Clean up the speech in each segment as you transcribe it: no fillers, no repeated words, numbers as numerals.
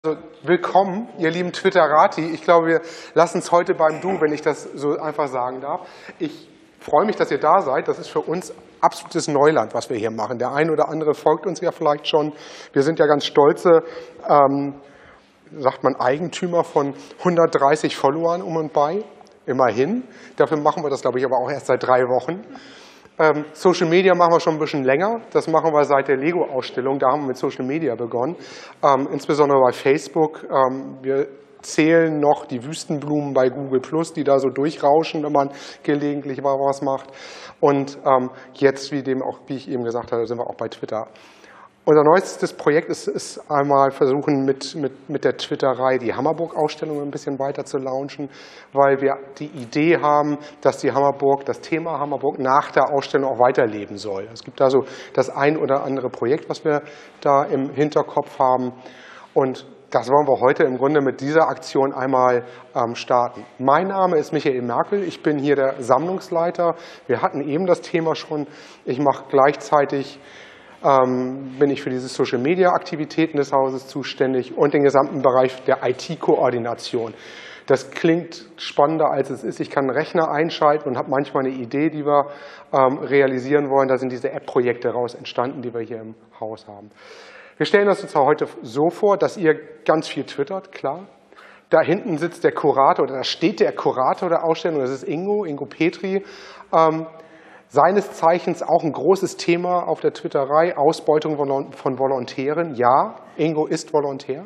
Also, willkommen, ihr lieben Twitterati. Ich glaube, wir lassen es heute beim Du, wenn ich das so einfach sagen darf. Ich freue mich, dass ihr da seid. Das ist für uns absolutes Neuland, was wir hier machen. Der eine oder andere folgt uns ja vielleicht schon. Wir sind ja ganz stolze, sagt man, Eigentümer von 130 Followern um und bei. Immerhin. Dafür machen wir das, glaube ich, aber auch erst seit 3 Wochen. Social Media machen wir schon ein bisschen länger. Das machen wir seit der Lego-Ausstellung. Da haben wir mit Social Media begonnen. Insbesondere bei Facebook. Wir zählen noch die Wüstenblumen bei Google+, die da so durchrauschen, wenn man gelegentlich mal was macht. Und jetzt, wie ich eben gesagt habe, sind wir auch bei Twitter. Unser neuestes Projekt ist einmal versuchen, mit der Twitterei die Hammerburg-Ausstellung ein bisschen weiter zu launchen, weil wir die Idee haben, dass das Thema Hammerburg nach der Ausstellung auch weiterleben soll. Es gibt also das ein oder andere Projekt, was wir da im Hinterkopf haben. Und das wollen wir heute im Grunde mit dieser Aktion einmal starten. Mein Name ist Michael Merkel, ich bin hier der Sammlungsleiter. Wir hatten eben das Thema schon. Ich mache gleichzeitig bin ich für diese Social-Media-Aktivitäten des Hauses zuständig und den gesamten Bereich der IT-Koordination. Das klingt spannender, als es ist. Ich kann einen Rechner einschalten und habe manchmal eine Idee, die wir realisieren wollen. Da sind diese App-Projekte raus entstanden, die wir hier im Haus haben. Wir stellen uns heute so vor, dass ihr ganz viel twittert, klar. Da hinten sitzt der Kurator, oder da steht der Kurator der Ausstellung, das ist Ingo Petri. Seines Zeichens auch ein großes Thema auf der Twitterei, Ausbeutung von Volontären. Ja, Ingo ist Volontär.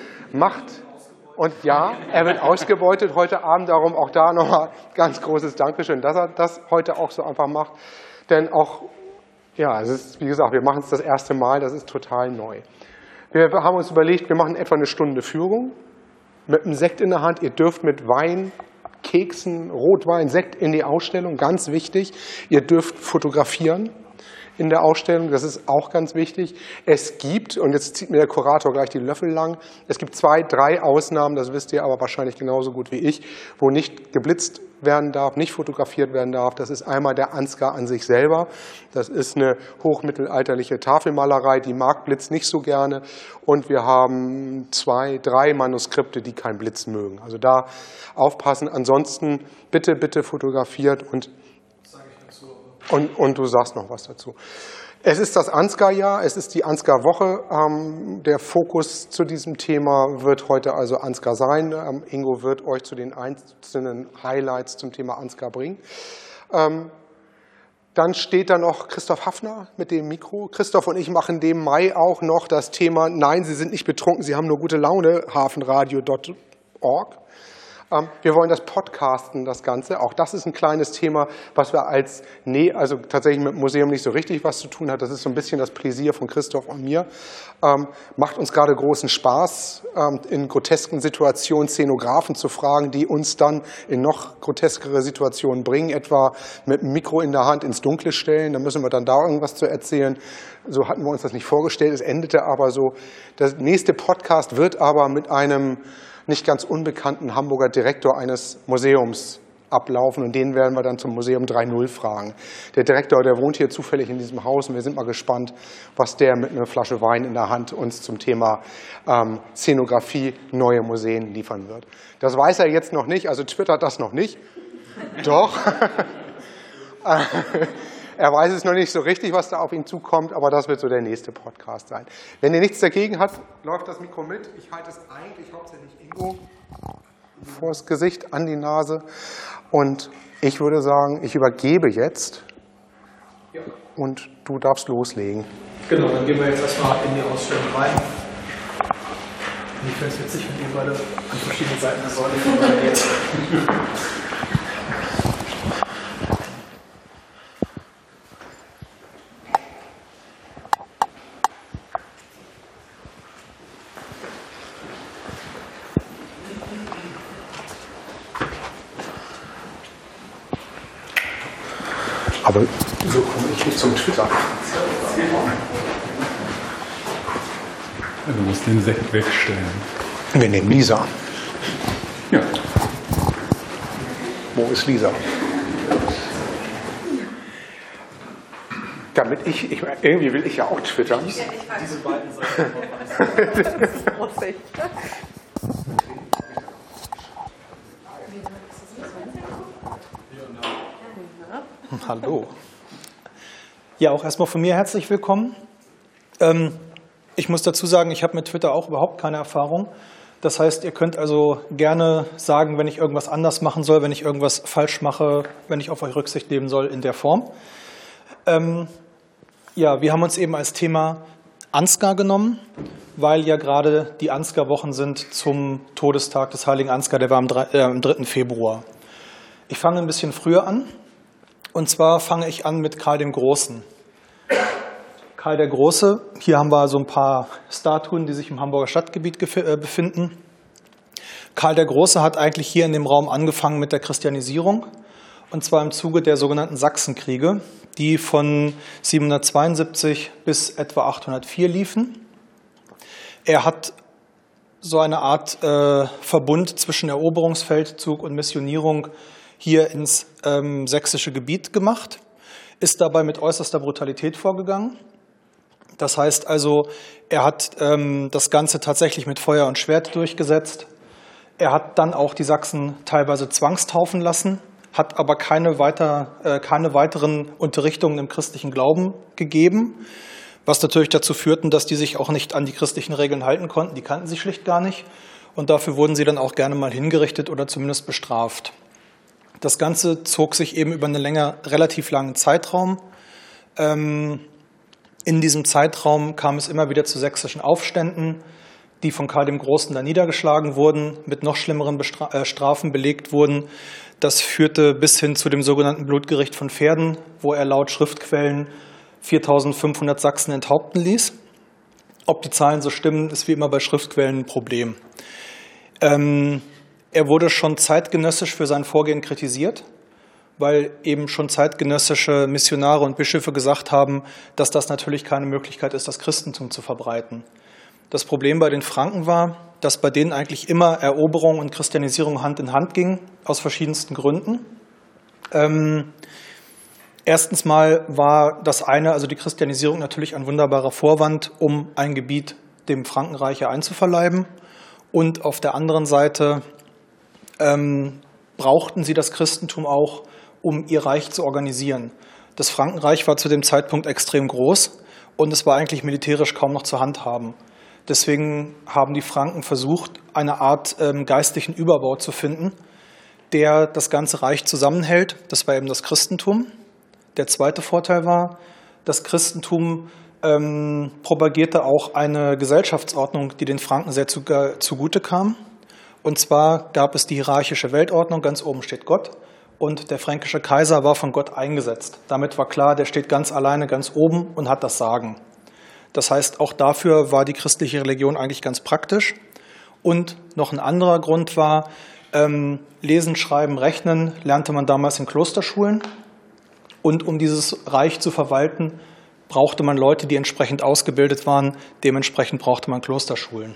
Und ja, er wird ausgebeutet heute Abend. Darum auch da nochmal ganz großes Dankeschön, dass er das heute auch so einfach macht. Denn auch, ja, es ist, wie gesagt, wir machen es das erste Mal, das ist total neu. Wir haben uns überlegt, wir machen etwa eine Stunde Führung mit einem Sekt in der Hand. Ihr dürft mit Wein, Keksen, Rotwein, Sekt in die Ausstellung, ganz wichtig. Ihr dürft fotografieren in der Ausstellung, das ist auch ganz wichtig. Es gibt, und jetzt zieht mir der Kurator gleich die Löffel lang, es gibt 2, 3 Ausnahmen, das wisst ihr aber wahrscheinlich genauso gut wie ich, wo nicht geblitzt werden darf, nicht fotografiert werden darf. Das ist einmal der Ansgar an sich selber. Das ist eine hochmittelalterliche Tafelmalerei, die mag Blitz nicht so gerne. Und wir haben 2, 3 Manuskripte, die keinen Blitz mögen. Also da aufpassen. Ansonsten bitte, bitte fotografiert und du sagst noch was dazu. Es ist das Ansgar-Jahr, es ist die Ansgar-Woche. Der Fokus zu diesem Thema wird heute also Ansgar sein. Ingo wird euch zu den einzelnen Highlights zum Thema Ansgar bringen. Dann steht da noch Christoph Hafner mit dem Mikro. Christoph und ich machen dem Mai auch noch das Thema Nein, Sie sind nicht betrunken, Sie haben nur gute Laune, hafenradio.org. Wir wollen das Podcasten, das Ganze. Auch das ist ein kleines Thema, was wir also tatsächlich mit dem Museum nicht so richtig was zu tun hat. Das ist so ein bisschen das Pläsier von Christoph und mir. Macht uns gerade großen Spaß, in grotesken Situationen Szenografen zu fragen, die uns dann in noch groteskere Situationen bringen, etwa mit einem Mikro in der Hand ins Dunkle stellen. Da müssen wir dann da irgendwas zu erzählen. So hatten wir uns das nicht vorgestellt. Es endete aber so. Der nächste Podcast wird aber mit einem nicht ganz unbekannten Hamburger Direktor eines Museums ablaufen und den werden wir dann zum Museum 3.0 fragen. Der Direktor, der wohnt hier zufällig in diesem Haus und wir sind mal gespannt, was der mit einer Flasche Wein in der Hand uns zum Thema Szenografie, neue Museen liefern wird. Das weiß er jetzt noch nicht, also twittert das noch nicht. Doch. Er weiß es noch nicht so richtig, was da auf ihn zukommt, aber das wird so der nächste Podcast sein. Wenn ihr nichts dagegen habt, läuft das Mikro mit. Ich halte es eigentlich hauptsächlich Ingo vors Gesicht, an die Nase. Und ich würde sagen, ich übergebe jetzt und du darfst loslegen. Genau, dann gehen wir jetzt erstmal in die Ausstellung rein. Ich finde es witzig, wenn ihr beide an verschiedenen Seiten der Säule vorbeigeht. Aber so komme ich nicht zum Twitter. Ja, du musst den Sekt wegstellen. Wir nehmen Lisa. Ja. Wo ist Lisa? Damit irgendwie will ich ja auch twittern. Diese beiden Seiten. Aussicht. Hallo. Ja, auch erstmal von mir herzlich willkommen. Ich muss dazu sagen, ich habe mit Twitter auch überhaupt keine Erfahrung. Das heißt, ihr könnt also gerne sagen, wenn ich irgendwas anders machen soll, wenn ich irgendwas falsch mache, wenn ich auf euch Rücksicht nehmen soll in der Form. Ja, wir haben uns eben als Thema Ansgar genommen, weil ja gerade die Ansgar-Wochen sind zum Todestag des heiligen Ansgar, der war am 3. Februar. Ich fange ein bisschen früher an, und zwar fange ich an mit Karl dem Großen. Karl der Große, hier haben wir so ein paar Statuen, die sich im Hamburger Stadtgebiet befinden. Karl der Große hat eigentlich hier in dem Raum angefangen mit der Christianisierung, und zwar im Zuge der sogenannten Sachsenkriege, die von 772 bis etwa 804 liefen. Er hat so eine Art Verbund zwischen Eroberungsfeldzug und Missionierung hier ins sächsische Gebiet gemacht, ist dabei mit äußerster Brutalität vorgegangen. Das heißt also, er hat das Ganze tatsächlich mit Feuer und Schwert durchgesetzt. Er hat dann auch die Sachsen teilweise zwangstaufen lassen, hat aber keine weiteren Unterrichtungen im christlichen Glauben gegeben, was natürlich dazu führte, dass die sich auch nicht an die christlichen Regeln halten konnten. Die kannten sie schlicht gar nicht, und dafür wurden sie dann auch gerne mal hingerichtet oder zumindest bestraft. Das Ganze zog sich eben über einen relativ langen Zeitraum. In diesem Zeitraum kam es immer wieder zu sächsischen Aufständen, die von Karl dem Großen dann niedergeschlagen wurden, mit noch schlimmeren Strafen belegt wurden. Das führte bis hin zu dem sogenannten Blutgericht von Verden, wo er laut Schriftquellen 4.500 Sachsen enthaupten ließ. Ob die Zahlen so stimmen, ist wie immer bei Schriftquellen ein Problem. Er wurde schon zeitgenössisch für sein Vorgehen kritisiert, weil eben schon zeitgenössische Missionare und Bischöfe gesagt haben, dass das natürlich keine Möglichkeit ist, das Christentum zu verbreiten. Das Problem bei den Franken war, dass bei denen eigentlich immer Eroberung und Christianisierung Hand in Hand gingen, aus verschiedensten Gründen. Erstens mal war das eine, also die Christianisierung, natürlich ein wunderbarer Vorwand, um ein Gebiet dem Frankenreich einzuverleiben. Und auf der anderen Seite brauchten sie das Christentum auch, um ihr Reich zu organisieren. Das Frankenreich war zu dem Zeitpunkt extrem groß, und es war eigentlich militärisch kaum noch zu handhaben. Deswegen haben die Franken versucht, eine Art geistlichen Überbau zu finden, der das ganze Reich zusammenhält. Das war eben das Christentum. Der zweite Vorteil war, das Christentum propagierte auch eine Gesellschaftsordnung, die den Franken sehr zugute kam. Und zwar gab es die hierarchische Weltordnung, ganz oben steht Gott, und der fränkische Kaiser war von Gott eingesetzt. Damit war klar, der steht ganz alleine ganz oben und hat das Sagen. Das heißt, auch dafür war die christliche Religion eigentlich ganz praktisch. Und noch ein anderer Grund war, Lesen, Schreiben, Rechnen lernte man damals in Klosterschulen. Und um dieses Reich zu verwalten, brauchte man Leute, die entsprechend ausgebildet waren. Dementsprechend brauchte man Klosterschulen.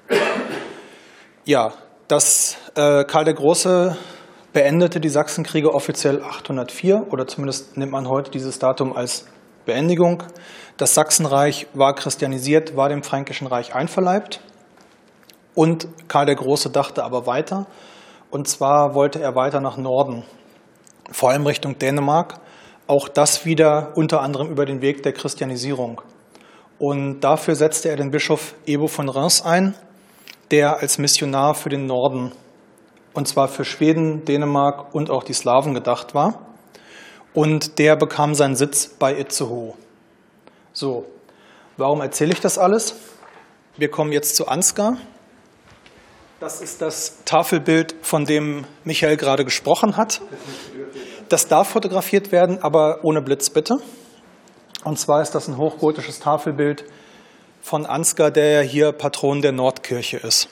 Ja, Karl der Große beendete die Sachsenkriege offiziell 804, oder zumindest nimmt man heute dieses Datum als Beendigung. Das Sachsenreich war christianisiert, war dem Fränkischen Reich einverleibt. Und Karl der Große dachte aber weiter. Und zwar wollte er weiter nach Norden, vor allem Richtung Dänemark. Auch das wieder unter anderem über den Weg der Christianisierung. Und dafür setzte er den Bischof Ebo von Reims ein, der als Missionar für den Norden, und zwar für Schweden, Dänemark und auch die Slawen gedacht war. Und der bekam seinen Sitz bei Itzehoe. So, warum erzähle ich das alles? Wir kommen jetzt zu Ansgar. Das ist das Tafelbild, von dem Michael gerade gesprochen hat. Das darf fotografiert werden, aber ohne Blitz bitte. Und zwar ist das ein hochgotisches Tafelbild von Ansgar, der ja hier Patron der Nordkirche ist.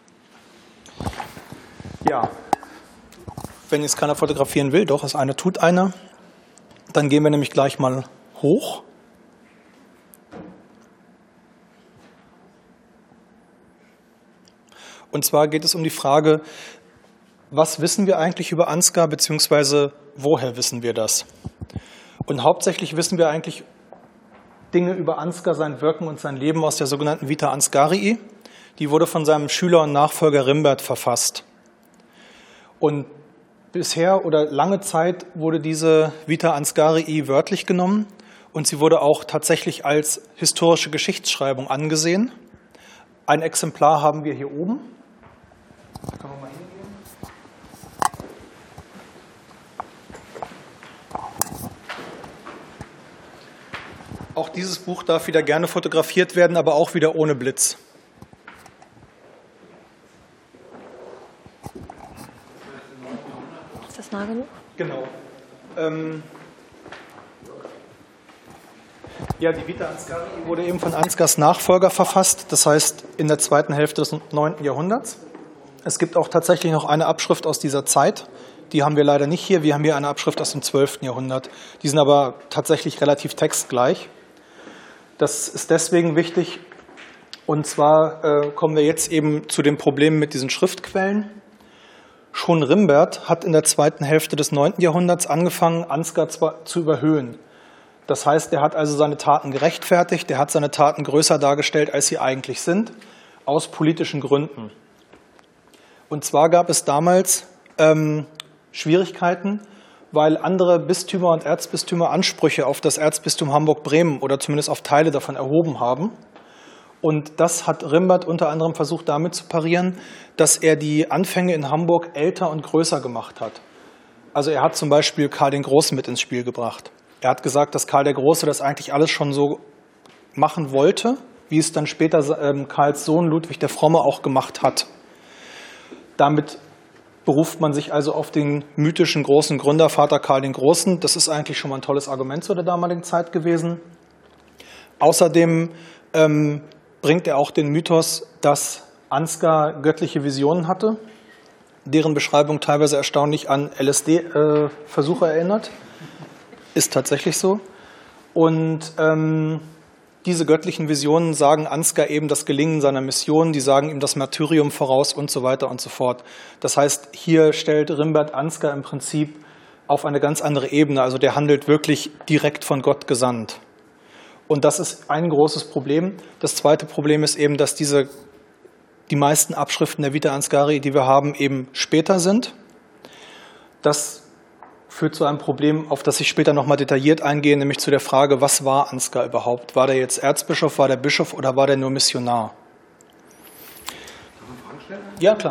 Ja, wenn jetzt keiner fotografieren will, doch, das eine tut einer. Dann gehen wir nämlich gleich mal hoch. Und zwar geht es um die Frage, was wissen wir eigentlich über Ansgar, beziehungsweise woher wissen wir das? Und hauptsächlich wissen wir eigentlich Dinge über Ansgar, sein Wirken und sein Leben aus der sogenannten Vita Ansgarii, Die wurde von seinem Schüler und Nachfolger Rimbert verfasst. Und bisher oder lange Zeit wurde diese Vita Ansgarii wörtlich genommen und sie wurde auch tatsächlich als historische Geschichtsschreibung angesehen. Ein Exemplar haben wir hier oben. Da kann man mal hingehen. Auch dieses Buch darf wieder gerne fotografiert werden, aber auch wieder ohne Blitz. Ist das nah genug? Genau. Ja, die Vita Ansgarii wurde eben von Ansgars Nachfolger verfasst, das heißt in der zweiten Hälfte des 9. Jahrhunderts. Es gibt auch tatsächlich noch eine Abschrift aus dieser Zeit. Die haben wir leider nicht hier. Wir haben hier eine Abschrift aus dem 12. Jahrhundert. Die sind aber tatsächlich relativ textgleich. Das ist deswegen wichtig. Und zwar kommen wir jetzt eben zu den Problemen mit diesen Schriftquellen. Schon Rimbert hat in der zweiten Hälfte des 9. Jahrhunderts angefangen, Ansgar zu überhöhen. Das heißt, er hat also seine Taten gerechtfertigt, er hat seine Taten größer dargestellt, als sie eigentlich sind, aus politischen Gründen. Und zwar gab es damals Schwierigkeiten, weil andere Bistümer und Erzbistümer Ansprüche auf das Erzbistum Hamburg-Bremen oder zumindest auf Teile davon erhoben haben. Und das hat Rimbert unter anderem versucht, damit zu parieren, dass er die Anfänge in Hamburg älter und größer gemacht hat. Also er hat zum Beispiel Karl den Großen mit ins Spiel gebracht. Er hat gesagt, dass Karl der Große das eigentlich alles schon so machen wollte, wie es dann später Karls Sohn Ludwig der Fromme auch gemacht hat. Damit beruft man sich also auf den mythischen großen Gründervater Karl den Großen. Das ist eigentlich schon mal ein tolles Argument zu der damaligen Zeit gewesen. Außerdem bringt er auch den Mythos, dass Ansgar göttliche Visionen hatte, deren Beschreibung teilweise erstaunlich an LSD-Versuche erinnert. Ist tatsächlich so. Und diese göttlichen Visionen sagen Ansgar eben das Gelingen seiner Mission, die sagen ihm das Martyrium voraus und so weiter und so fort. Das heißt, hier stellt Rimbert Ansgar im Prinzip auf eine ganz andere Ebene. Also der handelt wirklich direkt von Gott gesandt. Und das ist ein großes Problem. Das zweite Problem ist eben, dass die meisten Abschriften der Vita Ansgarii, die wir haben, eben später sind. Das führt zu einem Problem, auf das ich später nochmal detailliert eingehe, nämlich zu der Frage, was war Ansgar überhaupt? War der jetzt Erzbischof, war der Bischof oder war der nur Missionar? Kann man Fragen stellen? Ja, klar.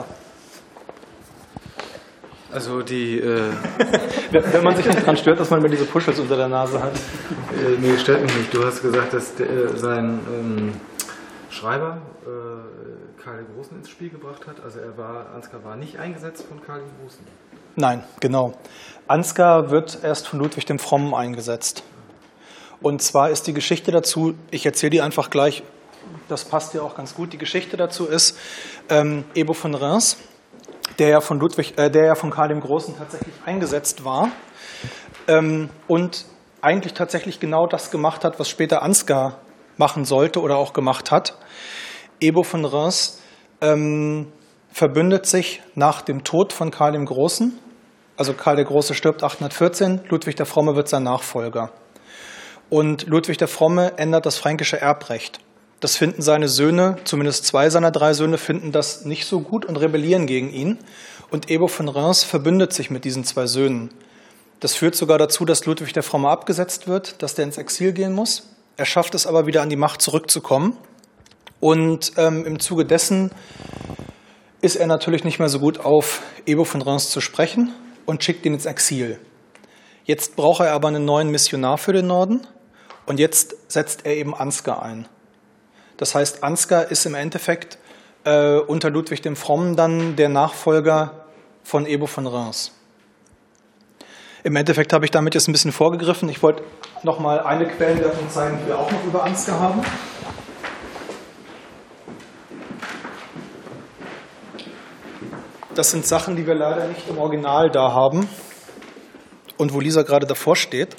Also die... Wenn man sich nicht daran stört, dass man immer diese Puschels unter der Nase hat. nee, stört mich nicht. Du hast gesagt, dass sein Schreiber Karl den Großen ins Spiel gebracht hat. Also Ansgar war nicht eingesetzt von Karl den Großen. Nein, genau. Ansgar wird erst von Ludwig dem Frommen eingesetzt. Und zwar ist die Geschichte dazu, ich erzähle die einfach gleich, das passt ja auch ganz gut. Die Geschichte dazu ist, Ebo von Reims, der ja von Karl dem Großen tatsächlich eingesetzt war und eigentlich tatsächlich genau das gemacht hat, was später Ansgar machen sollte oder auch gemacht hat. Ebo von Reims verbündet sich nach dem Tod von Karl dem Großen. Also Karl der Große stirbt 814, Ludwig der Fromme wird sein Nachfolger. Und Ludwig der Fromme ändert das fränkische Erbrecht. Das finden seine Söhne, zumindest 2 seiner 3 Söhne, finden das nicht so gut und rebellieren gegen ihn. Und Ebo von Reims verbündet sich mit diesen 2 Söhnen. Das führt sogar dazu, dass Ludwig der Fromme abgesetzt wird, dass der ins Exil gehen muss. Er schafft es aber wieder an die Macht zurückzukommen. Und im Zuge dessen ist er natürlich nicht mehr so gut auf Ebo von Reims zu sprechen und schickt ihn ins Exil. Jetzt braucht er aber einen neuen Missionar für den Norden und jetzt setzt er eben Ansgar ein. Das heißt, Ansgar ist im Endeffekt unter Ludwig dem Frommen dann der Nachfolger von Ebo von Reims. Im Endeffekt habe ich damit jetzt ein bisschen vorgegriffen. Ich wollte noch mal eine Quellenwertung zeigen, die wir auch noch über Ansgar haben. Das sind Sachen, die wir leider nicht im Original da haben und wo Lisa gerade davor steht.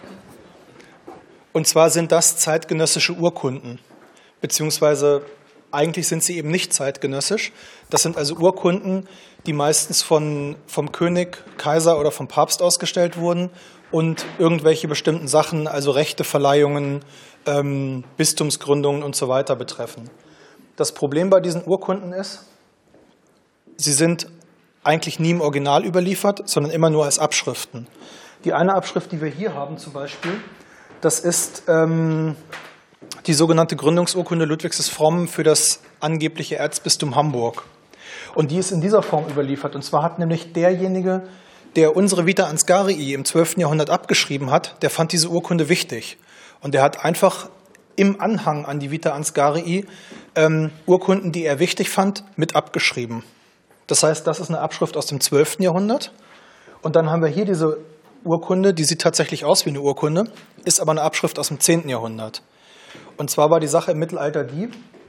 Und zwar sind das zeitgenössische Urkunden, beziehungsweise eigentlich sind sie eben nicht zeitgenössisch. Das sind also Urkunden, die meistens vom König, Kaiser oder vom Papst ausgestellt wurden und irgendwelche bestimmten Sachen, also Rechteverleihungen, Bistumsgründungen und so weiter betreffen. Das Problem bei diesen Urkunden ist, sie sind eigentlich nie im Original überliefert, sondern immer nur als Abschriften. Die eine Abschrift, die wir hier haben zum Beispiel, das ist die sogenannte Gründungsurkunde Ludwigs des Frommen für das angebliche Erzbistum Hamburg. Und die ist in dieser Form überliefert. Und zwar hat nämlich derjenige, der unsere Vita Ansgarii im 12. Jahrhundert abgeschrieben hat, der fand diese Urkunde wichtig. Und der hat einfach im Anhang an die Vita Ansgarii Urkunden, die er wichtig fand, mit abgeschrieben. Das heißt, das ist eine Abschrift aus dem 12. Jahrhundert. Und dann haben wir hier diese Urkunde, die sieht tatsächlich aus wie eine Urkunde, ist aber eine Abschrift aus dem 10. Jahrhundert. Und zwar war die Sache im Mittelalter die,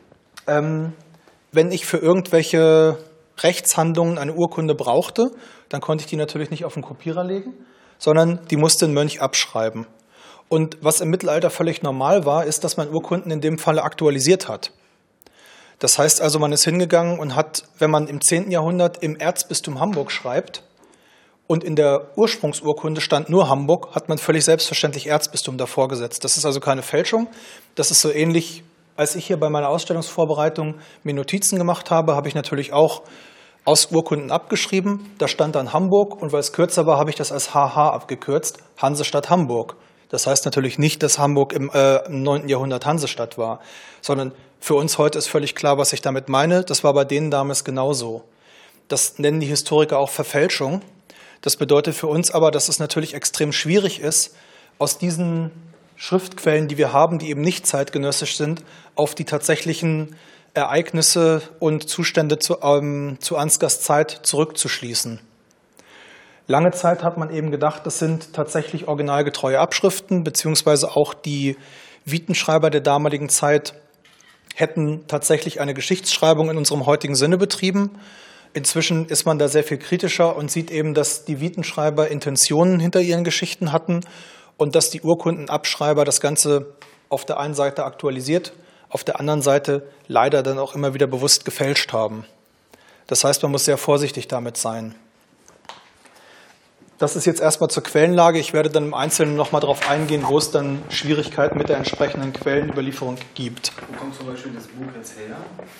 wenn ich für irgendwelche Rechtshandlungen eine Urkunde brauchte, dann konnte ich die natürlich nicht auf den Kopierer legen, sondern die musste ein Mönch abschreiben. Und was im Mittelalter völlig normal war, ist, dass man Urkunden in dem Falle aktualisiert hat. Das heißt also, man ist hingegangen und hat, wenn man im 10. Jahrhundert im Erzbistum Hamburg schreibt und in der Ursprungsurkunde stand nur Hamburg, hat man völlig selbstverständlich Erzbistum davor gesetzt. Das ist also keine Fälschung. Das ist so ähnlich, als ich hier bei meiner Ausstellungsvorbereitung mir Notizen gemacht habe, habe ich natürlich auch aus Urkunden abgeschrieben. Da stand dann Hamburg und weil es kürzer war, habe ich das als HH abgekürzt, Hansestadt Hamburg. Das heißt natürlich nicht, dass Hamburg im 9. Jahrhundert Hansestadt war, sondern für uns heute ist völlig klar, was ich damit meine. Das war bei denen damals genauso. Das nennen die Historiker auch Verfälschung. Das bedeutet für uns aber, dass es natürlich extrem schwierig ist, aus diesen Schriftquellen, die wir haben, die eben nicht zeitgenössisch sind, auf die tatsächlichen Ereignisse und Zustände zu Ansgars Zeit zurückzuschließen. Lange Zeit hat man eben gedacht, das sind tatsächlich originalgetreue Abschriften, beziehungsweise auch die Vitenschreiber der damaligen Zeit hätten tatsächlich eine Geschichtsschreibung in unserem heutigen Sinne betrieben. Inzwischen ist man da sehr viel kritischer und sieht eben, dass die Vitenschreiber Intentionen hinter ihren Geschichten hatten und dass die Urkundenabschreiber das Ganze auf der einen Seite aktualisiert, auf der anderen Seite leider dann auch immer wieder bewusst gefälscht haben. Das heißt, man muss sehr vorsichtig damit sein. Das ist jetzt erstmal zur Quellenlage. Ich werde dann im Einzelnen noch mal darauf eingehen, wo es dann Schwierigkeiten mit der entsprechenden Quellenüberlieferung gibt. Wo kommt zum Beispiel das Buch jetzt her?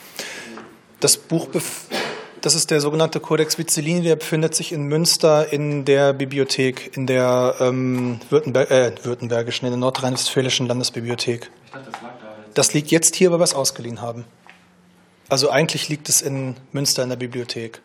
Das Buch, das ist der sogenannte Codex Vizellini, der befindet sich in Münster in der Bibliothek, in der württembergischen, in der nordrhein-westfälischen Landesbibliothek. Ich dachte, das lag da jetzt. Das liegt jetzt hier, weil wir es ausgeliehen haben. Also eigentlich liegt es in Münster in der Bibliothek.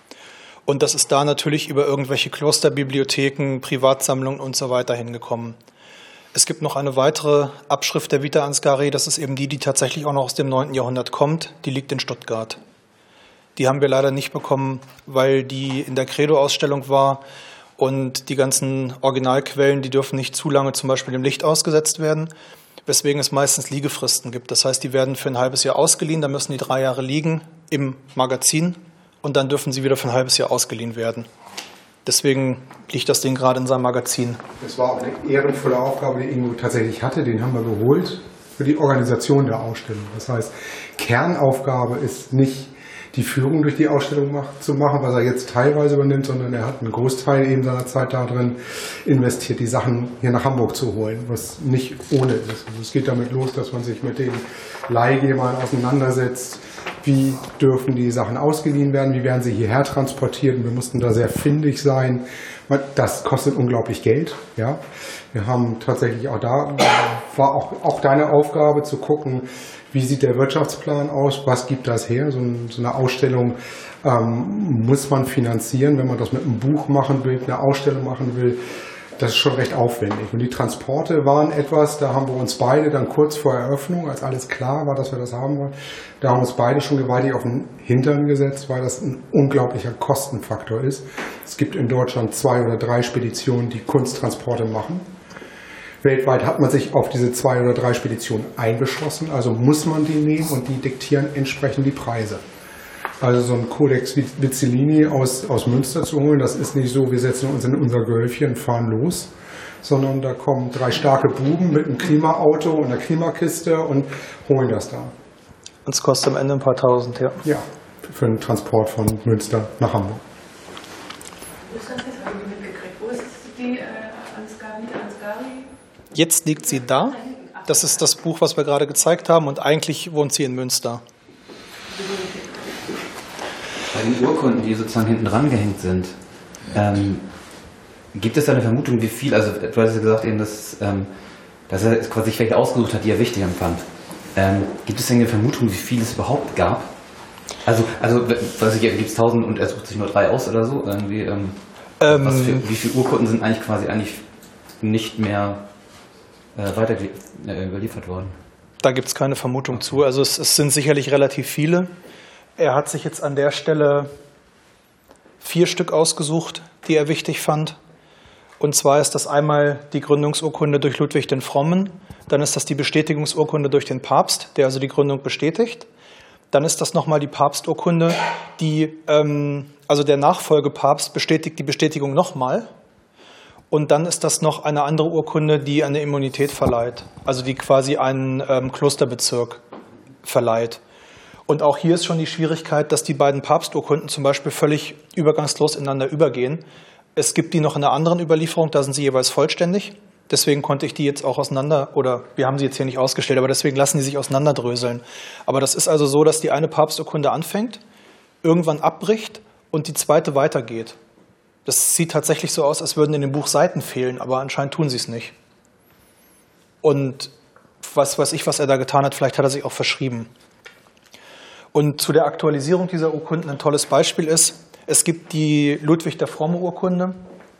Und das ist da natürlich über irgendwelche Klosterbibliotheken, Privatsammlungen und so weiter hingekommen. Es gibt noch eine weitere Abschrift der Vita Ansgarii, das ist eben die tatsächlich auch noch aus dem 9. Jahrhundert kommt. Die liegt in Stuttgart. Die haben wir leider nicht bekommen, weil die in der Credo-Ausstellung war. Und die ganzen Originalquellen, die dürfen nicht zu lange zum Beispiel dem Licht ausgesetzt werden, weswegen es meistens Liegefristen gibt. Das heißt, die werden für ein halbes Jahr ausgeliehen, dann müssen die 3 Jahre liegen im Magazin. Und dann dürfen sie wieder für ein halbes Jahr ausgeliehen werden. Deswegen liegt das Ding gerade in seinem Magazin. Das war auch eine ehrenvolle Aufgabe, die Ingo tatsächlich hatte. Den haben wir geholt für die Organisation der Ausstellung. Das heißt, Kernaufgabe ist nicht die Führung durch die Ausstellung zu machen, was er jetzt teilweise übernimmt, sondern er hat einen Großteil eben seiner Zeit darin investiert, die Sachen hier nach Hamburg zu holen, was nicht ohne ist. Also es geht damit los, dass man sich mit den Leihgebern auseinandersetzt. Wie dürfen die Sachen ausgeliehen werden? Wie werden sie hierher transportiert? Und wir mussten da sehr findig sein. Das kostet unglaublich Geld. Ja, wir haben tatsächlich auch da, war auch deine Aufgabe zu gucken, wie sieht der Wirtschaftsplan aus? Was gibt das her? So eine Ausstellung muss man finanzieren, wenn man das mit einem Buch machen will, eine Ausstellung machen will. Das ist schon recht aufwendig. Und die Transporte waren etwas, da haben wir uns beide dann kurz vor Eröffnung, als alles klar war, dass wir das haben wollen, da haben wir uns beide schon gewaltig auf den Hintern gesetzt, weil das ein unglaublicher Kostenfaktor ist. Es gibt in Deutschland 2 oder 3 Speditionen, die Kunsttransporte machen. Weltweit hat man sich auf diese 2 oder 3 Speditionen eingeschossen, also muss man die nehmen und die diktieren entsprechend die Preise. Also so ein Codex Vizellini aus Münster zu holen, das ist nicht so, wir setzen uns in unser Gölfchen und fahren los, sondern da kommen 3 starke Buben mit einem Klimaauto und einer Klimakiste und holen das da. Und es kostet am Ende ein paar Tausend, ja. Ja, für den Transport von Münster nach Hamburg. Wo ist das jetzt? Habe ich mitgekriegt. Wo ist die Ansgari? Jetzt liegt sie da. Das ist das Buch, was wir gerade gezeigt haben. Und eigentlich wohnt sie in Münster. Bei den Urkunden, die sozusagen hinten dran gehängt sind, gibt es da eine Vermutung, wie viel, also du hast ja gesagt eben, dass er quasi sich vielleicht ausgesucht hat, die er wichtig empfand. Gibt es denn eine Vermutung, wie viel es überhaupt gab? Also weiß ich, gibt es 1000 und er sucht sich nur 3 aus oder so? Irgendwie, wie viele Urkunden sind eigentlich nicht mehr weiter überliefert worden? Da gibt es keine Vermutung zu. Also es sind sicherlich relativ viele. Er hat sich jetzt an der Stelle 4 Stück ausgesucht, die er wichtig fand. Und zwar ist das einmal die Gründungsurkunde durch Ludwig den Frommen, dann ist das die Bestätigungsurkunde durch den Papst, der also die Gründung bestätigt. Dann ist das nochmal die Papsturkunde, also der Nachfolgepapst bestätigt die Bestätigung nochmal. Und dann ist das noch eine andere Urkunde, die eine Immunität verleiht, also die quasi einen Klosterbezirk verleiht. Und auch hier ist schon die Schwierigkeit, dass die beiden Papsturkunden zum Beispiel völlig übergangslos ineinander übergehen. Es gibt die noch in einer anderen Überlieferung, da sind sie jeweils vollständig. Deswegen konnte ich die jetzt auch wir haben sie jetzt hier nicht ausgestellt, aber deswegen lassen die sich auseinanderdröseln. Aber das ist also so, dass die eine Papsturkunde anfängt, irgendwann abbricht und die zweite weitergeht. Das sieht tatsächlich so aus, als würden in dem Buch Seiten fehlen, aber anscheinend tun sie es nicht. Und was weiß ich, was er da getan hat, vielleicht hat er sich auch verschrieben. Und zu der Aktualisierung dieser Urkunden ein tolles Beispiel ist, es gibt die Ludwig der Fromme Urkunde,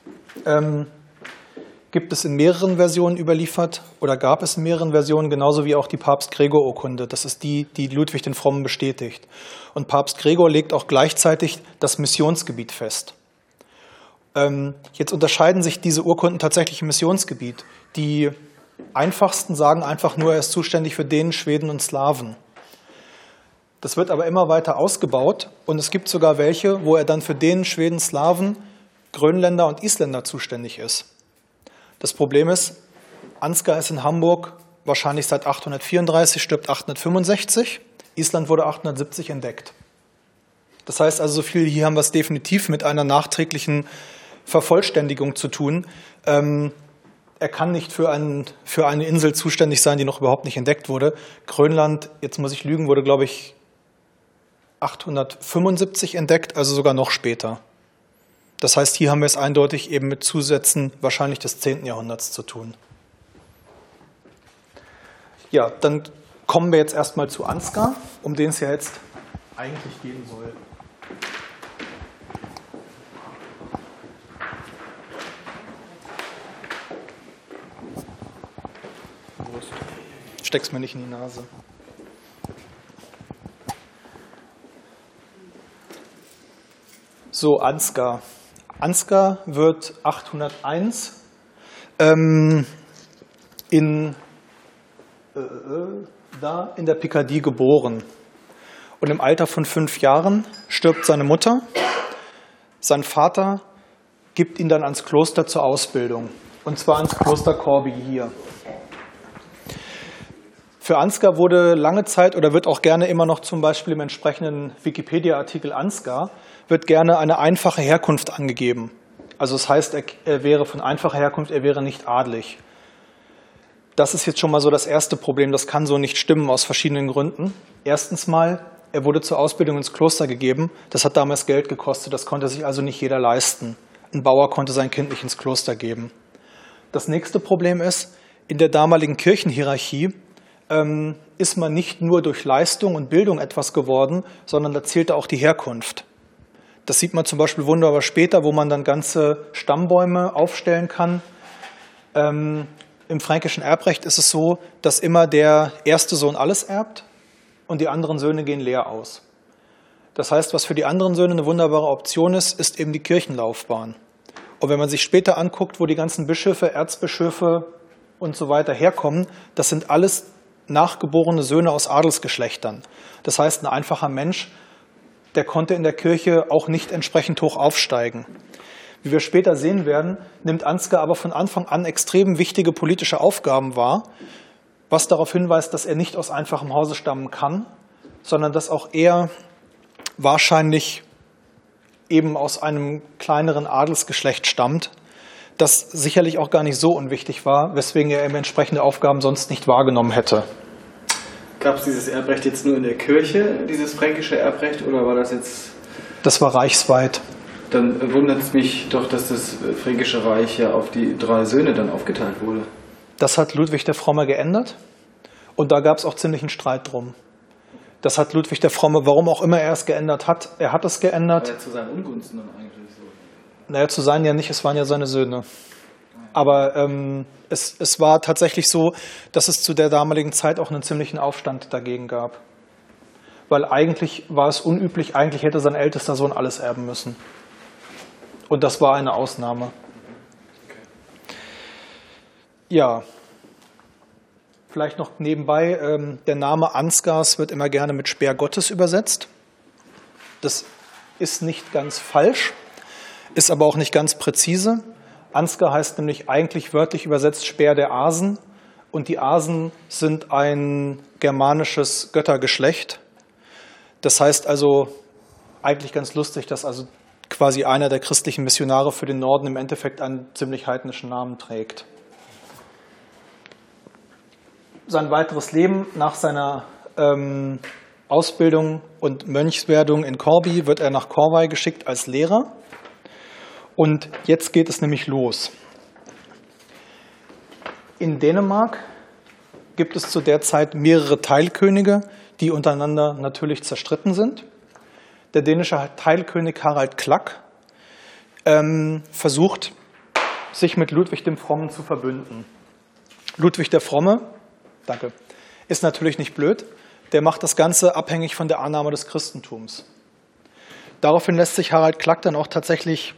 gibt es in mehreren Versionen überliefert oder gab es in mehreren Versionen, genauso wie auch die Papst Gregor Urkunde. Das ist die Ludwig den Frommen bestätigt. Und Papst Gregor legt auch gleichzeitig das Missionsgebiet fest. Jetzt unterscheiden sich diese Urkunden tatsächlich im Missionsgebiet. Die einfachsten sagen einfach nur, er ist zuständig für Dänen, Schweden und Slawen. Das wird aber immer weiter ausgebaut und es gibt sogar welche, wo er dann für Dänen, Schweden, Slawen, Grönländer und Isländer zuständig ist. Das Problem ist, Ansgar ist in Hamburg wahrscheinlich seit 834, stirbt 865. Island wurde 870 entdeckt. Das heißt also, so viel hier haben wir es definitiv mit einer nachträglichen Vervollständigung zu tun. Er kann nicht für eine Insel zuständig sein, die noch überhaupt nicht entdeckt wurde. Grönland, jetzt muss ich lügen, wurde, glaube ich, 875 entdeckt, also sogar noch später. Das heißt, hier haben wir es eindeutig eben mit Zusätzen wahrscheinlich des 10. Jahrhunderts zu tun. Ja, dann kommen wir jetzt erstmal zu Ansgar, um den es ja jetzt eigentlich gehen soll. Steck's mir nicht in die Nase. So, Ansgar. Ansgar wird 801 in der Picardie geboren. Und im Alter von 5 Jahren stirbt seine Mutter. Sein Vater gibt ihn dann ans Kloster zur Ausbildung. Und zwar ans Kloster Corby hier. Für Ansgar wurde lange Zeit oder wird auch gerne immer noch zum Beispiel im entsprechenden Wikipedia-Artikel Ansgar wird gerne eine einfache Herkunft angegeben. Also das heißt, er wäre von einfacher Herkunft, er wäre nicht adlig. Das ist jetzt schon mal so das erste Problem, das kann so nicht stimmen aus verschiedenen Gründen. Erstens mal, er wurde zur Ausbildung ins Kloster gegeben, das hat damals Geld gekostet, das konnte sich also nicht jeder leisten. Ein Bauer konnte sein Kind nicht ins Kloster geben. Das nächste Problem ist, in der damaligen Kirchenhierarchie ist man nicht nur durch Leistung und Bildung etwas geworden, sondern da zählte auch die Herkunft. Das sieht man zum Beispiel wunderbar später, wo man dann ganze Stammbäume aufstellen kann. Im fränkischen Erbrecht ist es so, dass immer der erste Sohn alles erbt und die anderen Söhne gehen leer aus. Das heißt, was für die anderen Söhne eine wunderbare Option ist, ist eben die Kirchenlaufbahn. Und wenn man sich später anguckt, wo die ganzen Bischöfe, Erzbischöfe und so weiter herkommen, das sind alles nachgeborene Söhne aus Adelsgeschlechtern. Das heißt, ein einfacher Mensch, der konnte in der Kirche auch nicht entsprechend hoch aufsteigen. Wie wir später sehen werden, nimmt Ansgar aber von Anfang an extrem wichtige politische Aufgaben wahr, was darauf hinweist, dass er nicht aus einfachem Hause stammen kann sondern dass auch er wahrscheinlich eben aus einem kleineren Adelsgeschlecht stammt, das sicherlich auch gar nicht so unwichtig war, weswegen er eben entsprechende Aufgaben sonst nicht wahrgenommen hätte. Gab es dieses Erbrecht jetzt nur in der Kirche, dieses fränkische Erbrecht, oder war das jetzt... Das war reichsweit. Dann wundert es mich doch, dass das Fränkische Reich ja auf die 3 Söhne dann aufgeteilt wurde. Das hat Ludwig der Fromme geändert und da gab es auch ziemlichen Streit drum. Das hat Ludwig der Fromme, warum auch immer er es geändert hat, er hat es geändert. Zu seinen Ungunsten dann eigentlich so. Naja, zu seinen ja nicht, es waren ja seine Söhne. Aber es war tatsächlich so, dass es zu der damaligen Zeit auch einen ziemlichen Aufstand dagegen gab. Weil eigentlich war es unüblich, eigentlich hätte sein ältester Sohn alles erben müssen. Und das war eine Ausnahme. Ja, vielleicht noch nebenbei, der Name Ansgars wird immer gerne mit Speer Gottes übersetzt. Das ist nicht ganz falsch, ist aber auch nicht ganz präzise. Ansgar heißt nämlich eigentlich wörtlich übersetzt Speer der Asen. Und die Asen sind ein germanisches Göttergeschlecht. Das heißt also, eigentlich ganz lustig, dass also quasi einer der christlichen Missionare für den Norden im Endeffekt einen ziemlich heidnischen Namen trägt. Sein weiteres Leben nach seiner Ausbildung und Mönchswerdung in Corbie wird er nach Corvey geschickt als Lehrer. Und jetzt geht es nämlich los. In Dänemark gibt es zu der Zeit mehrere Teilkönige, die untereinander natürlich zerstritten sind. Der dänische Teilkönig Harald Klak versucht, sich mit Ludwig dem Frommen zu verbünden. Ludwig der Fromme, ist natürlich nicht blöd. Der macht das Ganze abhängig von der Annahme des Christentums. Daraufhin lässt sich Harald Klak dann auch tatsächlich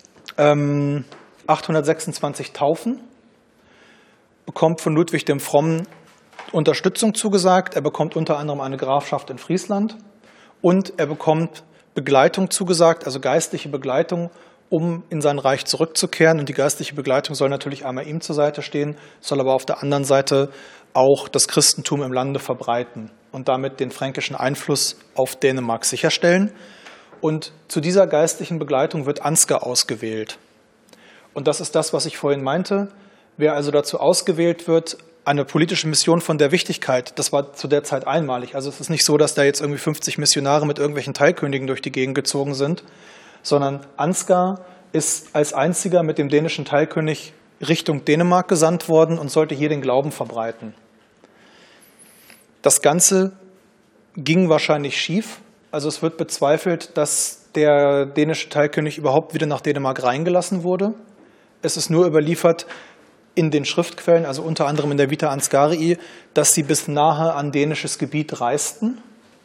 826 taufen, bekommt von Ludwig dem Frommen Unterstützung zugesagt. Er bekommt unter anderem eine Grafschaft in Friesland und er bekommt Begleitung zugesagt, also geistliche Begleitung, um in sein Reich zurückzukehren. Und die geistliche Begleitung soll natürlich einmal ihm zur Seite stehen, soll aber auf der anderen Seite auch das Christentum im Lande verbreiten und damit den fränkischen Einfluss auf Dänemark sicherstellen. Und zu dieser geistlichen Begleitung wird Ansgar ausgewählt. Und das ist das, was ich vorhin meinte. Wer also dazu ausgewählt wird, eine politische Mission von der Wichtigkeit, das war zu der Zeit einmalig. Also es ist nicht so, dass da jetzt irgendwie 50 Missionare mit irgendwelchen Teilkönigen durch die Gegend gezogen sind, sondern Ansgar ist als einziger mit dem dänischen Teilkönig Richtung Dänemark gesandt worden und sollte hier den Glauben verbreiten. Das Ganze ging wahrscheinlich schief. Also es wird bezweifelt, dass der dänische Teilkönig überhaupt wieder nach Dänemark reingelassen wurde. Es ist nur überliefert in den Schriftquellen, also unter anderem in der Vita Ansgarii, dass sie bis nahe an dänisches Gebiet reisten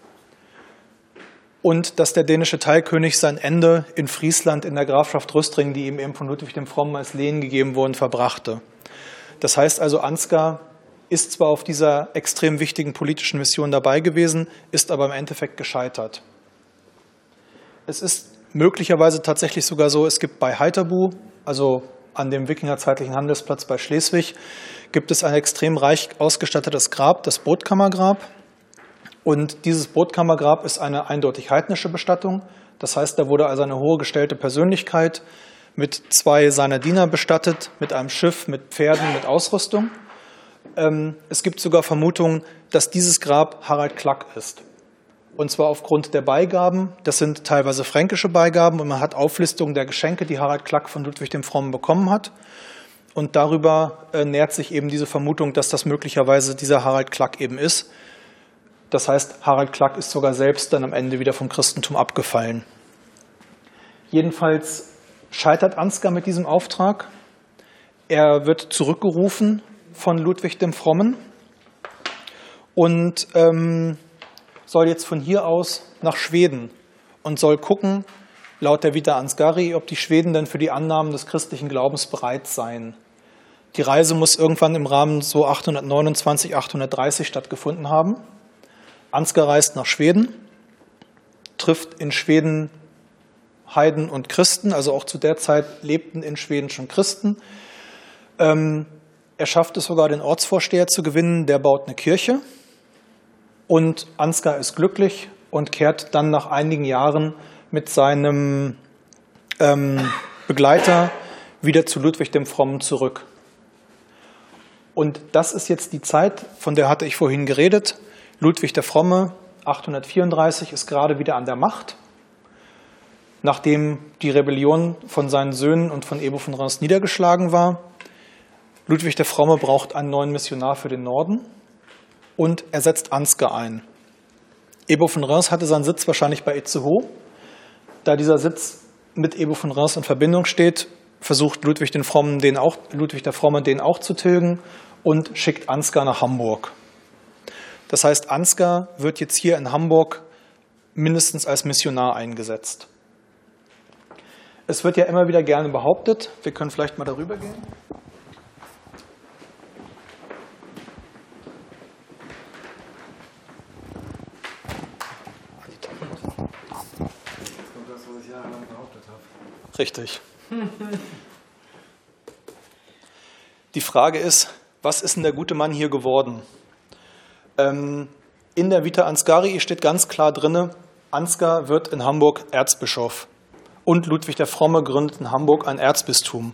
und dass der dänische Teilkönig sein Ende in Friesland in der Grafschaft Rüstringen, die ihm eben von Ludwig dem Frommen als Lehen gegeben wurden, verbrachte. Das heißt also, Ansgar ist zwar auf dieser extrem wichtigen politischen Mission dabei gewesen, ist aber im Endeffekt gescheitert. Es ist möglicherweise tatsächlich sogar so, es gibt bei Heiterbu, also an dem wikingerzeitlichen Handelsplatz bei Schleswig, gibt es ein extrem reich ausgestattetes Grab, das Bootkammergrab. Und dieses Bootkammergrab ist eine eindeutig heidnische Bestattung. Das heißt, da wurde also eine hohe gestellte Persönlichkeit mit 2 seiner Diener bestattet, mit einem Schiff, mit Pferden, mit Ausrüstung. Es gibt sogar Vermutungen, dass dieses Grab Harald Klak ist. Und zwar aufgrund der Beigaben. Das sind teilweise fränkische Beigaben und man hat Auflistungen der Geschenke, die Harald Klak von Ludwig dem Frommen bekommen hat. Und darüber nährt sich eben diese Vermutung, dass das möglicherweise dieser Harald Klak eben ist. Das heißt, Harald Klak ist sogar selbst dann am Ende wieder vom Christentum abgefallen. Jedenfalls scheitert Ansgar mit diesem Auftrag. Er wird zurückgerufen von Ludwig dem Frommen und soll jetzt von hier aus nach Schweden und soll gucken, laut der Vita Ansgarii, ob die Schweden denn für die Annahmen des christlichen Glaubens bereit seien. Die Reise muss irgendwann im Rahmen so 829, 830 stattgefunden haben. Ansgar reist nach Schweden, trifft in Schweden Heiden und Christen, also auch zu der Zeit lebten in Schweden schon Christen. Er schafft es sogar, den Ortsvorsteher zu gewinnen, der baut eine Kirche. Und Ansgar ist glücklich und kehrt dann nach einigen Jahren mit seinem Begleiter wieder zu Ludwig dem Frommen zurück. Und das ist jetzt die Zeit, von der hatte ich vorhin geredet. Ludwig der Fromme, 834, ist gerade wieder an der Macht, nachdem die Rebellion von seinen Söhnen und von Ebo von Reims niedergeschlagen war. Ludwig der Fromme braucht einen neuen Missionar für den Norden und er setzt Ansgar ein. Ebo von Reims hatte seinen Sitz wahrscheinlich bei Itzehoe. Da dieser Sitz mit Ebo von Reims in Verbindung steht, versucht Ludwig der Fromme den auch zu tilgen und schickt Ansgar nach Hamburg. Das heißt, Ansgar wird jetzt hier in Hamburg mindestens als Missionar eingesetzt. Es wird ja immer wieder gerne behauptet, wir können vielleicht mal darüber gehen. Jetzt kommt das, was ich jahrelang behauptet habe. Richtig. Die Frage ist, was ist denn der gute Mann hier geworden? In der Vita Ansgarii steht ganz klar drin, Ansgar wird in Hamburg Erzbischof und Ludwig der Fromme gründet in Hamburg ein Erzbistum.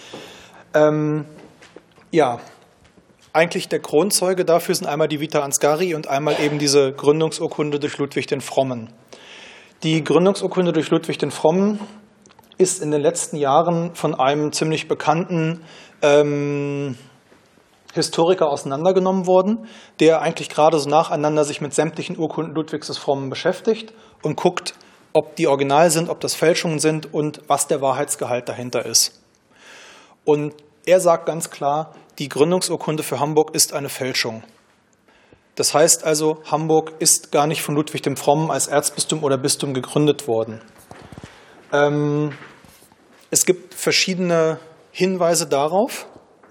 Ja, eigentlich der Kronzeuge dafür sind einmal die Vita Ansgarii und einmal eben diese Gründungsurkunde durch Ludwig den Frommen. Die Gründungsurkunde durch Ludwig den Frommen ist in den letzten Jahren von einem ziemlich bekannten Historiker auseinandergenommen worden, der eigentlich gerade so nacheinander sich mit sämtlichen Urkunden Ludwigs des Frommen beschäftigt und guckt, ob die original sind, ob das Fälschungen sind und was der Wahrheitsgehalt dahinter ist. Und er sagt ganz klar, die Gründungsurkunde für Hamburg ist eine Fälschung. Das heißt also, Hamburg ist gar nicht von Ludwig dem Frommen als Erzbistum oder Bistum gegründet worden. Es gibt verschiedene Hinweise darauf.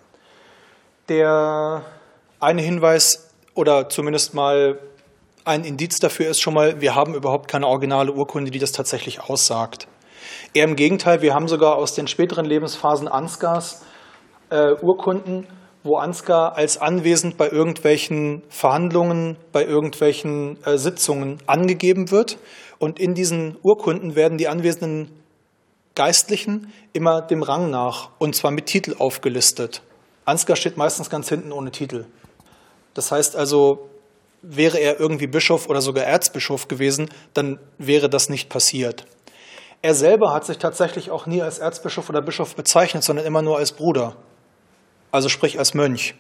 Der eine Hinweis oder zumindest mal ein Indiz dafür ist schon mal, wir haben überhaupt keine originale Urkunde, die das tatsächlich aussagt. Eher im Gegenteil, wir haben sogar aus den späteren Lebensphasen Ansgars Urkunden, wo Ansgar als anwesend bei irgendwelchen Verhandlungen, bei irgendwelchen Sitzungen angegeben wird. Und in diesen Urkunden werden die anwesenden Geistlichen immer dem Rang nach, und zwar mit Titel aufgelistet. Ansgar steht meistens ganz hinten ohne Titel. Das heißt also, wäre er irgendwie Bischof oder sogar Erzbischof gewesen, dann wäre das nicht passiert. Er selber hat sich tatsächlich auch nie als Erzbischof oder Bischof bezeichnet, sondern immer nur als Bruder. Also sprich als Mönch.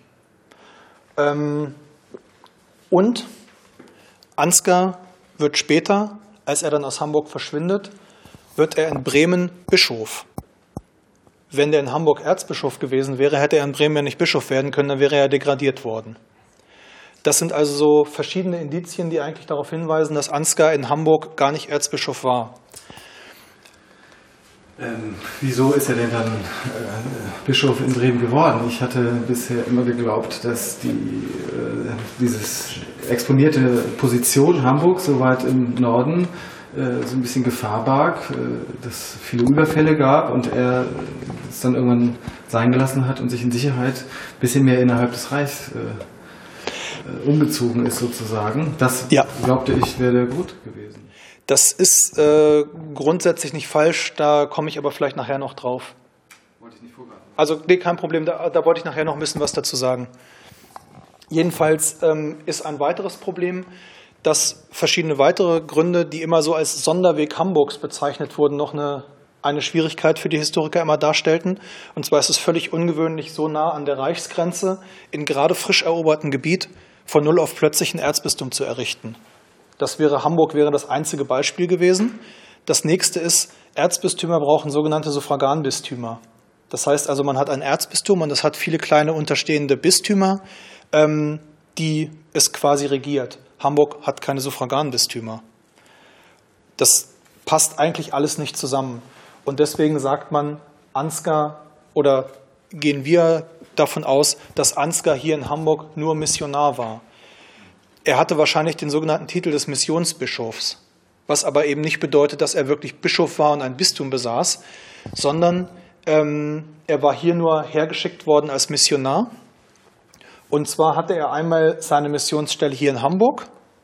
Und Ansgar wird später, als er dann aus Hamburg verschwindet, wird er in Bremen Bischof. Wenn der in Hamburg Erzbischof gewesen wäre, hätte er in Bremen ja nicht Bischof werden können, dann wäre er degradiert worden. Das sind also so verschiedene Indizien, die eigentlich darauf hinweisen, dass Ansgar in Hamburg gar nicht Erzbischof war. Wieso ist er denn dann Bischof in Bremen geworden? Ich hatte bisher immer geglaubt, dass diese exponierte Position Hamburgs so weit im Norden so ein bisschen Gefahr barg, dass es viele Überfälle gab und er es dann irgendwann sein gelassen hat und sich in Sicherheit ein bisschen mehr innerhalb des Reichs umgezogen ist sozusagen. Das glaubte ich, wäre der Grund gewesen. Das ist grundsätzlich nicht falsch, da komme ich aber vielleicht nachher noch drauf. Wollte ich nicht vorgreifen. Also nee, kein Problem, da wollte ich nachher noch ein bisschen was dazu sagen. Jedenfalls ist ein weiteres Problem, dass verschiedene weitere Gründe, die immer so als Sonderweg Hamburgs bezeichnet wurden, noch eine Schwierigkeit für die Historiker immer darstellten. Und zwar ist es völlig ungewöhnlich, so nah an der Reichsgrenze in gerade frisch erobertem Gebiet von null auf plötzlich ein Erzbistum zu errichten. Hamburg wäre das einzige Beispiel gewesen. Das nächste ist, Erzbistümer brauchen sogenannte Suffraganbistümer. Das heißt also, man hat ein Erzbistum und es hat viele kleine unterstehende Bistümer, die es quasi regiert. Hamburg hat keine Suffraganbistümer. Das passt eigentlich alles nicht zusammen. Und deswegen sagt man, Ansgar, oder gehen wir davon aus, dass Ansgar hier in Hamburg nur Missionar war. Er hatte wahrscheinlich den sogenannten Titel des Missionsbischofs, was aber eben nicht bedeutet, dass er wirklich Bischof war und ein Bistum besaß, sondern er war hier nur hergeschickt worden als Missionar. Und zwar hatte er einmal seine Missionsstelle hier in Hamburg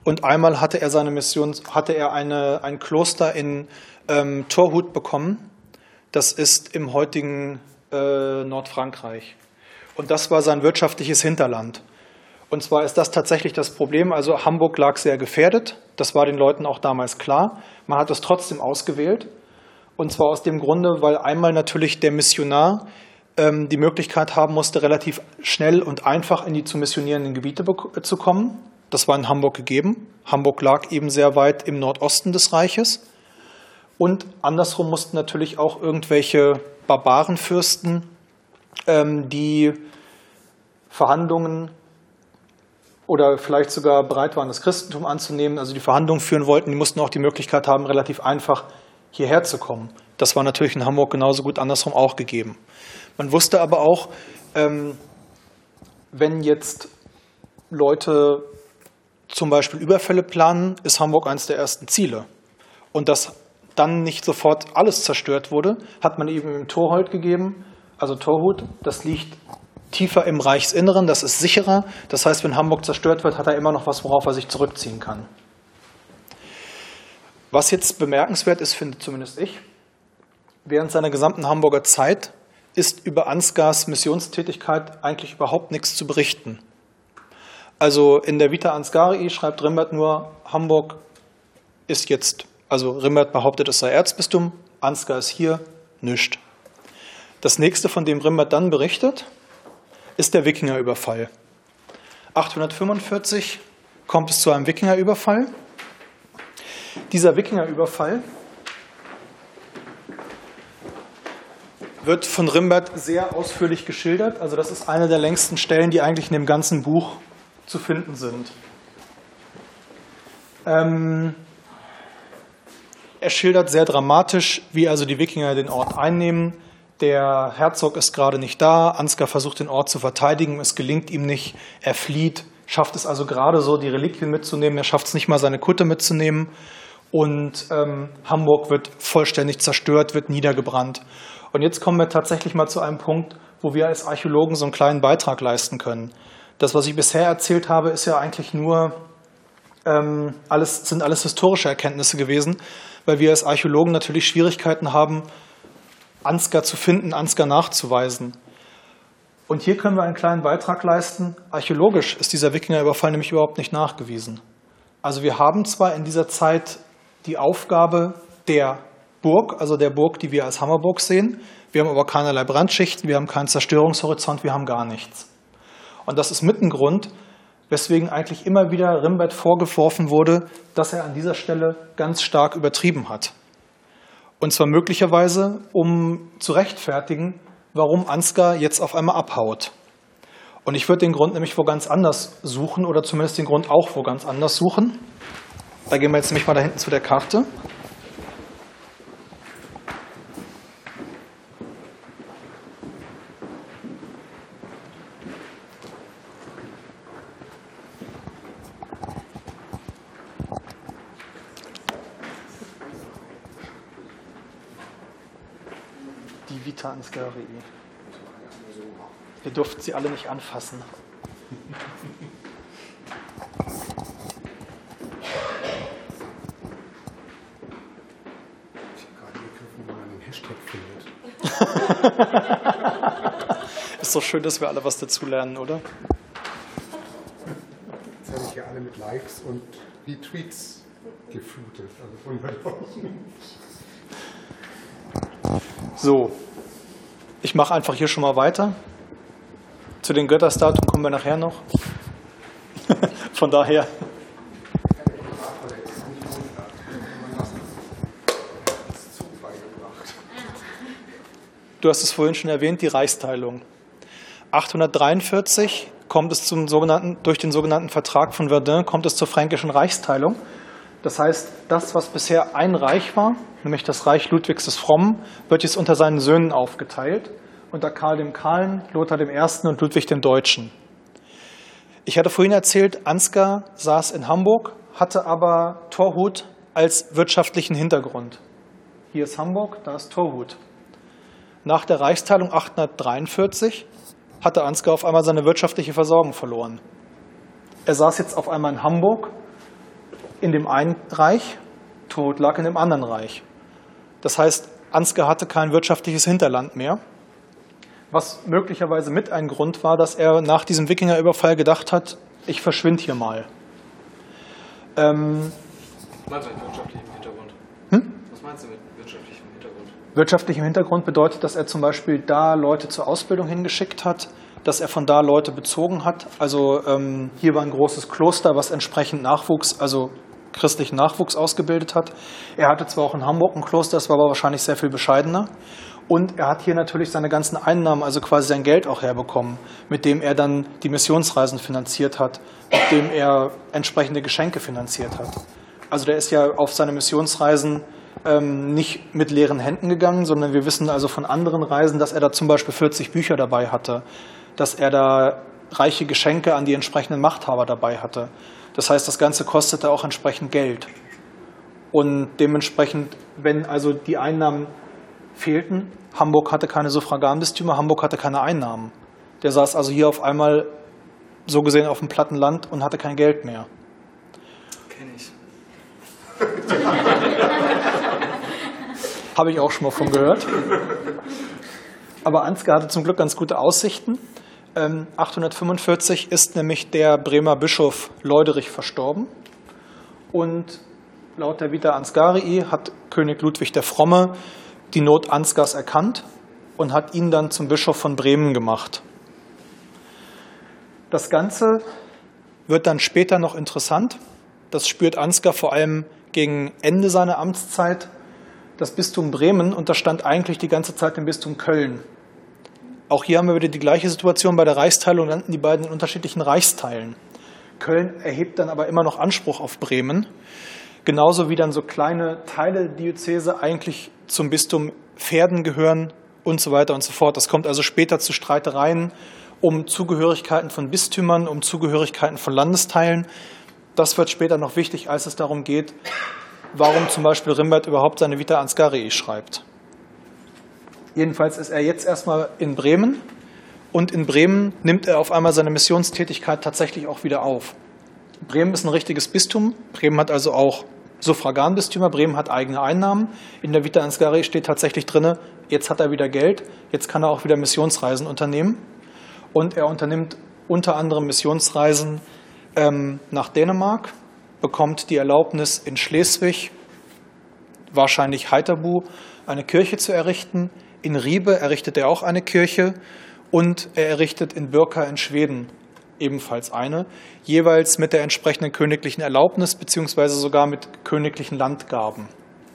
Und einmal hatte er seine Mission, ein Kloster in Torhut bekommen. Das ist im heutigen Nordfrankreich. Und das war sein wirtschaftliches Hinterland. Und zwar ist das tatsächlich das Problem. Also Hamburg lag sehr gefährdet. Das war den Leuten auch damals klar. Man hat es trotzdem ausgewählt. Und zwar aus dem Grunde, weil einmal natürlich der Missionar die Möglichkeit haben musste, relativ schnell und einfach in die zu missionierenden Gebiete zu kommen. Das war in Hamburg gegeben. Hamburg lag eben sehr weit im Nordosten des Reiches. Und andersrum mussten natürlich auch irgendwelche Barbarenfürsten die Verhandlungen oder vielleicht sogar bereit waren, das Christentum anzunehmen, also die Verhandlungen führen wollten, die mussten auch die Möglichkeit haben, relativ einfach hierher zu kommen. Das war natürlich in Hamburg genauso gut andersrum auch gegeben. Man wusste aber auch, wenn jetzt Leute zum Beispiel Überfälle planen, ist Hamburg eines der ersten Ziele. Und dass dann nicht sofort alles zerstört wurde, hat man eben im Torhut gegeben, also Torhut, das liegt tiefer im Reichsinneren, das ist sicherer. Das heißt, wenn Hamburg zerstört wird, hat er immer noch was, worauf er sich zurückziehen kann. Was jetzt bemerkenswert ist, finde zumindest ich, während seiner gesamten Hamburger Zeit ist über Ansgars Missionstätigkeit eigentlich überhaupt nichts zu berichten. Also in der Vita Ansgarii schreibt Rimbert nur, Hamburg ist jetzt, also Rimbert behauptet, es sei Erzbistum, Ansgar ist hier, nichts. Das nächste, von dem Rimbert dann berichtet, ist der Wikingerüberfall. 845 kommt es zu einem Wikingerüberfall. Dieser Wikingerüberfall wird von Rimbert sehr ausführlich geschildert. Also das ist eine der längsten Stellen, die eigentlich in dem ganzen Buch zu finden sind. Er schildert sehr dramatisch, wie also die Wikinger den Ort einnehmen. Der Herzog ist gerade nicht da. Ansgar versucht, den Ort zu verteidigen. Es gelingt ihm nicht. Er flieht, schafft es also gerade so, die Reliquien mitzunehmen. Er schafft es nicht mal, seine Kutte mitzunehmen. Und Hamburg wird vollständig zerstört, wird niedergebrannt. Und jetzt kommen wir tatsächlich mal zu einem Punkt, wo wir als Archäologen so einen kleinen Beitrag leisten können. Das, was ich bisher erzählt habe, ist ja eigentlich nur sind alles historische Erkenntnisse gewesen, weil wir als Archäologen natürlich Schwierigkeiten haben, Ansgar zu finden, Ansgar nachzuweisen. Und hier können wir einen kleinen Beitrag leisten. Archäologisch ist dieser Wikingerüberfall nämlich überhaupt nicht nachgewiesen. Also wir haben zwar in dieser Zeit die Aufgabe der Burg, also der Burg, die wir als Hammerburg sehen, wir haben aber keinerlei Brandschichten, wir haben keinen Zerstörungshorizont, wir haben gar nichts. Und das ist mit ein Grund, weswegen eigentlich immer wieder Rimbert vorgeworfen wurde, dass er an dieser Stelle ganz stark übertrieben hat. Und zwar möglicherweise, um zu rechtfertigen, warum Ansgar jetzt auf einmal abhaut. Und ich würde den Grund nämlich wo ganz anders suchen, oder zumindest den Grund auch wo ganz anders suchen. Da gehen wir jetzt nämlich mal da hinten zu der Karte. Die Vita Ansgarii. Ihr dürft sie alle nicht anfassen. Ich habe gerade gegriffen, wo man den Hashtag findet. Ist doch schön, dass wir alle was dazulernen, oder? Jetzt habe ich hier alle mit Likes und Retweets geflutet. Also wunderbar. So, ich mache einfach hier schon mal weiter. Zu den Götterstatuen kommen wir nachher noch. Von daher. Du hast es vorhin schon erwähnt, die Reichsteilung. 843 kommt es durch den sogenannten Vertrag von Verdun, kommt es zur fränkischen Reichsteilung. Das heißt, das, was bisher ein Reich war, nämlich das Reich Ludwigs des Frommen, wird jetzt unter seinen Söhnen aufgeteilt, unter Karl dem Kahlen, Lothar dem Ersten und Ludwig dem Deutschen. Ich hatte vorhin erzählt, Ansgar saß in Hamburg, hatte aber Torhut als wirtschaftlichen Hintergrund. Hier ist Hamburg, da ist Torhut. Nach der Reichsteilung 843 hatte Ansgar auf einmal seine wirtschaftliche Versorgung verloren. Er saß jetzt auf einmal in Hamburg in dem einen Reich, Tod lag in dem anderen Reich. Das heißt, Ansgar hatte kein wirtschaftliches Hinterland mehr, was möglicherweise mit ein Grund war, dass er nach diesem Wikingerüberfall gedacht hat, ich verschwinde hier mal. Was meinst du mit wirtschaftlichem Hintergrund? Was meinst du mit wirtschaftlichem Hintergrund? Wirtschaftlichem Hintergrund bedeutet, dass er zum Beispiel da Leute zur Ausbildung hingeschickt hat, dass er von da Leute bezogen hat. Also hier war ein großes Kloster, was entsprechend Nachwuchs, also christlichen Nachwuchs ausgebildet hat. Er hatte zwar auch in Hamburg ein Kloster, das war aber wahrscheinlich sehr viel bescheidener. Und er hat hier natürlich seine ganzen Einnahmen, also quasi sein Geld auch herbekommen, mit dem er dann die Missionsreisen finanziert hat, mit dem er entsprechende Geschenke finanziert hat. Also der ist ja auf seine Missionsreisen nicht mit leeren Händen gegangen, sondern wir wissen also von anderen Reisen, dass er da zum Beispiel 40 Bücher dabei hatte, dass er da reiche Geschenke an die entsprechenden Machthaber dabei hatte. Das heißt, das Ganze kostete auch entsprechend Geld. Und dementsprechend, wenn also die Einnahmen fehlten, Hamburg hatte keine Suffraganbistümer, Hamburg hatte keine Einnahmen. Der saß also hier auf einmal so gesehen auf dem platten Land und hatte kein Geld mehr. Kenn ich. Habe ich auch schon mal von gehört. Aber Ansgar hatte zum Glück ganz gute Aussichten. 845 ist nämlich der Bremer Bischof Leuderich verstorben. Und laut der Vita Ansgarii hat König Ludwig der Fromme die Not Ansgars erkannt und hat ihn dann zum Bischof von Bremen gemacht. Das Ganze wird dann später noch interessant. Das spürt Ansgar vor allem gegen Ende seiner Amtszeit. Das Bistum Bremen unterstand eigentlich die ganze Zeit dem Bistum Köln. Auch hier haben wir wieder die gleiche Situation. Bei der Reichsteilung landen die beiden in unterschiedlichen Reichsteilen. Köln erhebt dann aber immer noch Anspruch auf Bremen. Genauso wie dann so kleine Teile der Diözese eigentlich zum Bistum Verden gehören und so weiter und so fort. Das kommt also später zu Streitereien um Zugehörigkeiten von Bistümern, um Zugehörigkeiten von Landesteilen. Das wird später noch wichtig, als es darum geht, warum zum Beispiel Rimbert überhaupt seine Vita Ansgarii schreibt. Jedenfalls ist er jetzt erstmal in Bremen und in Bremen nimmt er auf einmal seine Missionstätigkeit tatsächlich auch wieder auf. Bremen ist ein richtiges Bistum, Bremen hat also auch Suffraganbistümer, Bremen hat eigene Einnahmen. In der Vita Ansgarii steht tatsächlich drin, jetzt hat er wieder Geld, jetzt kann er auch wieder Missionsreisen unternehmen. Und er unternimmt unter anderem Missionsreisen nach Dänemark, bekommt die Erlaubnis in Schleswig, wahrscheinlich Heiterbu, eine Kirche zu errichten. In Ribe errichtet er auch eine Kirche und er errichtet in Birka in Schweden ebenfalls eine, jeweils mit der entsprechenden königlichen Erlaubnis beziehungsweise sogar mit königlichen Landgaben.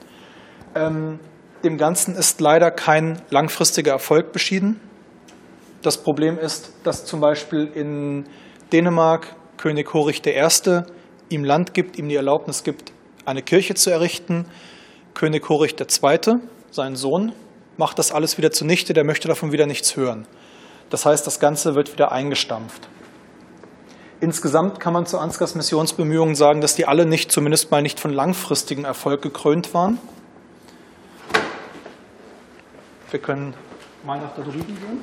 Dem Ganzen ist leider kein langfristiger Erfolg beschieden. Das Problem ist, dass zum Beispiel in Dänemark König Horich I. ihm Land gibt, ihm die Erlaubnis gibt, eine Kirche zu errichten. König Horich II., sein Sohn, macht das alles wieder zunichte, der möchte davon wieder nichts hören. Das heißt, das Ganze wird wieder eingestampft. Insgesamt kann man zu Ansgars Missionsbemühungen sagen, dass die alle nicht, zumindest mal nicht von langfristigem Erfolg gekrönt waren. Wir können mal nach da drüben gehen.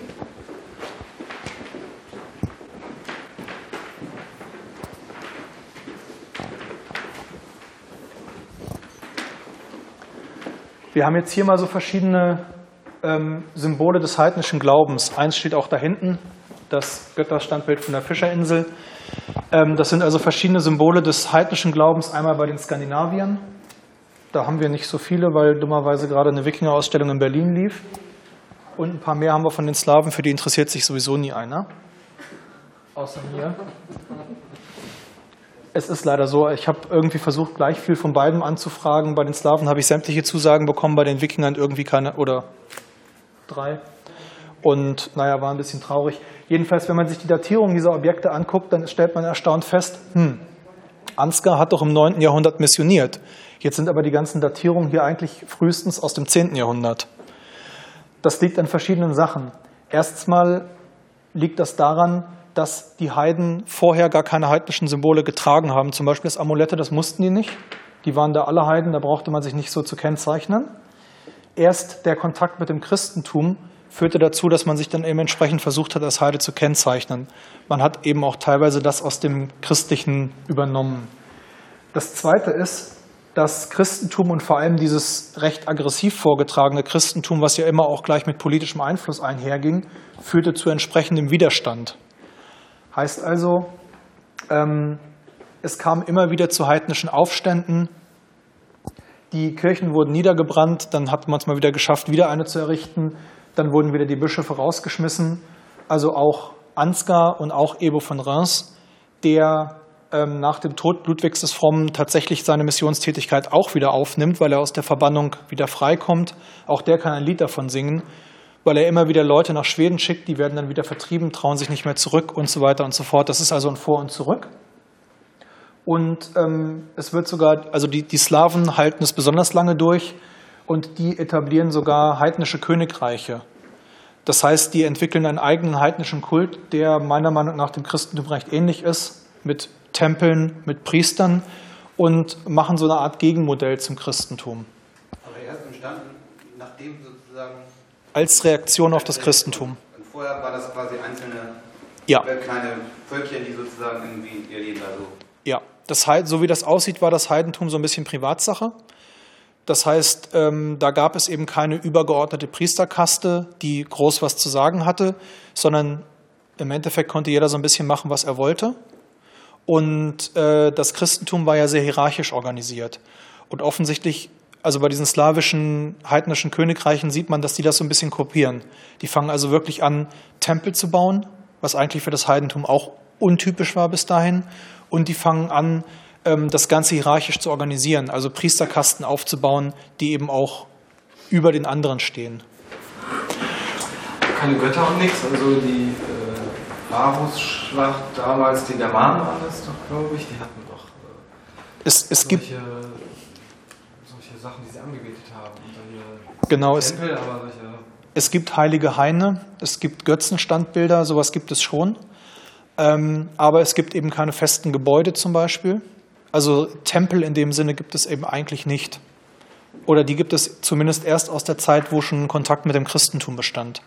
Wir haben jetzt hier mal so verschiedene Symbole des heidnischen Glaubens. Eins steht auch da hinten, das Götterstandbild von der Fischerinsel. Das sind also verschiedene Symbole des heidnischen Glaubens, einmal bei den Skandinaviern. Da haben wir nicht so viele, weil dummerweise gerade eine Wikinger-Ausstellung in Berlin lief. Und ein paar mehr haben wir von den Slawen, für die interessiert sich sowieso nie einer. Außer mir. Es ist leider so, ich habe irgendwie versucht, gleich viel von beiden anzufragen. Bei den Slawen habe ich sämtliche Zusagen bekommen, bei den Wikingern irgendwie keine oder 3. Und naja, war ein bisschen traurig. Jedenfalls, wenn man sich die Datierung dieser Objekte anguckt, dann stellt man erstaunt fest, Ansgar hat doch im 9. Jahrhundert missioniert. Jetzt sind aber die ganzen Datierungen hier eigentlich frühestens aus dem 10. Jahrhundert. Das liegt an verschiedenen Sachen. Erstmal liegt das daran, dass die Heiden vorher gar keine heidnischen Symbole getragen haben. Zum Beispiel das Amulette, das mussten die nicht. Die waren da alle Heiden, da brauchte man sich nicht so zu kennzeichnen. Erst der Kontakt mit dem Christentum führte dazu, dass man sich dann eben entsprechend versucht hat, als Heide zu kennzeichnen. Man hat eben auch teilweise das aus dem Christlichen übernommen. Das Zweite ist, das Christentum und vor allem dieses recht aggressiv vorgetragene Christentum, was ja immer auch gleich mit politischem Einfluss einherging, führte zu entsprechendem Widerstand. Heißt also, es kam immer wieder zu heidnischen Aufständen. Die Kirchen wurden niedergebrannt, dann hat man es mal wieder geschafft, wieder eine zu errichten. Dann wurden wieder die Bischöfe rausgeschmissen. Also auch Ansgar und auch Ebo von Reims, der nach dem Tod Ludwigs des Frommen tatsächlich seine Missionstätigkeit auch wieder aufnimmt, weil er aus der Verbannung wieder freikommt. Auch der kann ein Lied davon singen, weil er immer wieder Leute nach Schweden schickt, die werden dann wieder vertrieben, trauen sich nicht mehr zurück und so weiter und so fort. Das ist also ein Vor und Zurück. Und es wird sogar, also die Slawen halten es besonders lange durch und die etablieren sogar heidnische Königreiche. Das heißt, die entwickeln einen eigenen heidnischen Kult, der meiner Meinung nach dem Christentum recht ähnlich ist, mit Tempeln, mit Priestern und machen so eine Art Gegenmodell zum Christentum. Aber erst entstanden, nachdem sozusagen... Als Reaktion auf das Christentum. Vorher war das quasi einzelne kleine Völkchen, die sozusagen irgendwie ihr Leben da so... Ja, so wie das aussieht, war das Heidentum so ein bisschen Privatsache. Das heißt, da gab es eben keine übergeordnete Priesterkaste, die groß was zu sagen hatte, sondern im Endeffekt konnte jeder so ein bisschen machen, was er wollte. Und das Christentum war ja sehr hierarchisch organisiert. Und offensichtlich, also bei diesen slawischen, heidnischen Königreichen sieht man, dass die das so ein bisschen kopieren. Die fangen also wirklich an, Tempel zu bauen, was eigentlich für das Heidentum auch untypisch war bis dahin. Und die fangen an, das Ganze hierarchisch zu organisieren, also Priesterkasten aufzubauen, die eben auch über den anderen stehen. Keine Götter und nichts, also die Varusschlacht damals, die Germanen waren das doch, glaube ich, die hatten doch es gibt solche Sachen, die sie angebetet haben. Genau, Tempel, aber solche... Es gibt heilige Haine, es gibt Götzenstandbilder, sowas gibt es schon. Aber es gibt eben keine festen Gebäude zum Beispiel. Also Tempel in dem Sinne gibt es eben eigentlich nicht. Oder die gibt es zumindest erst aus der Zeit, wo schon Kontakt mit dem Christentum bestand.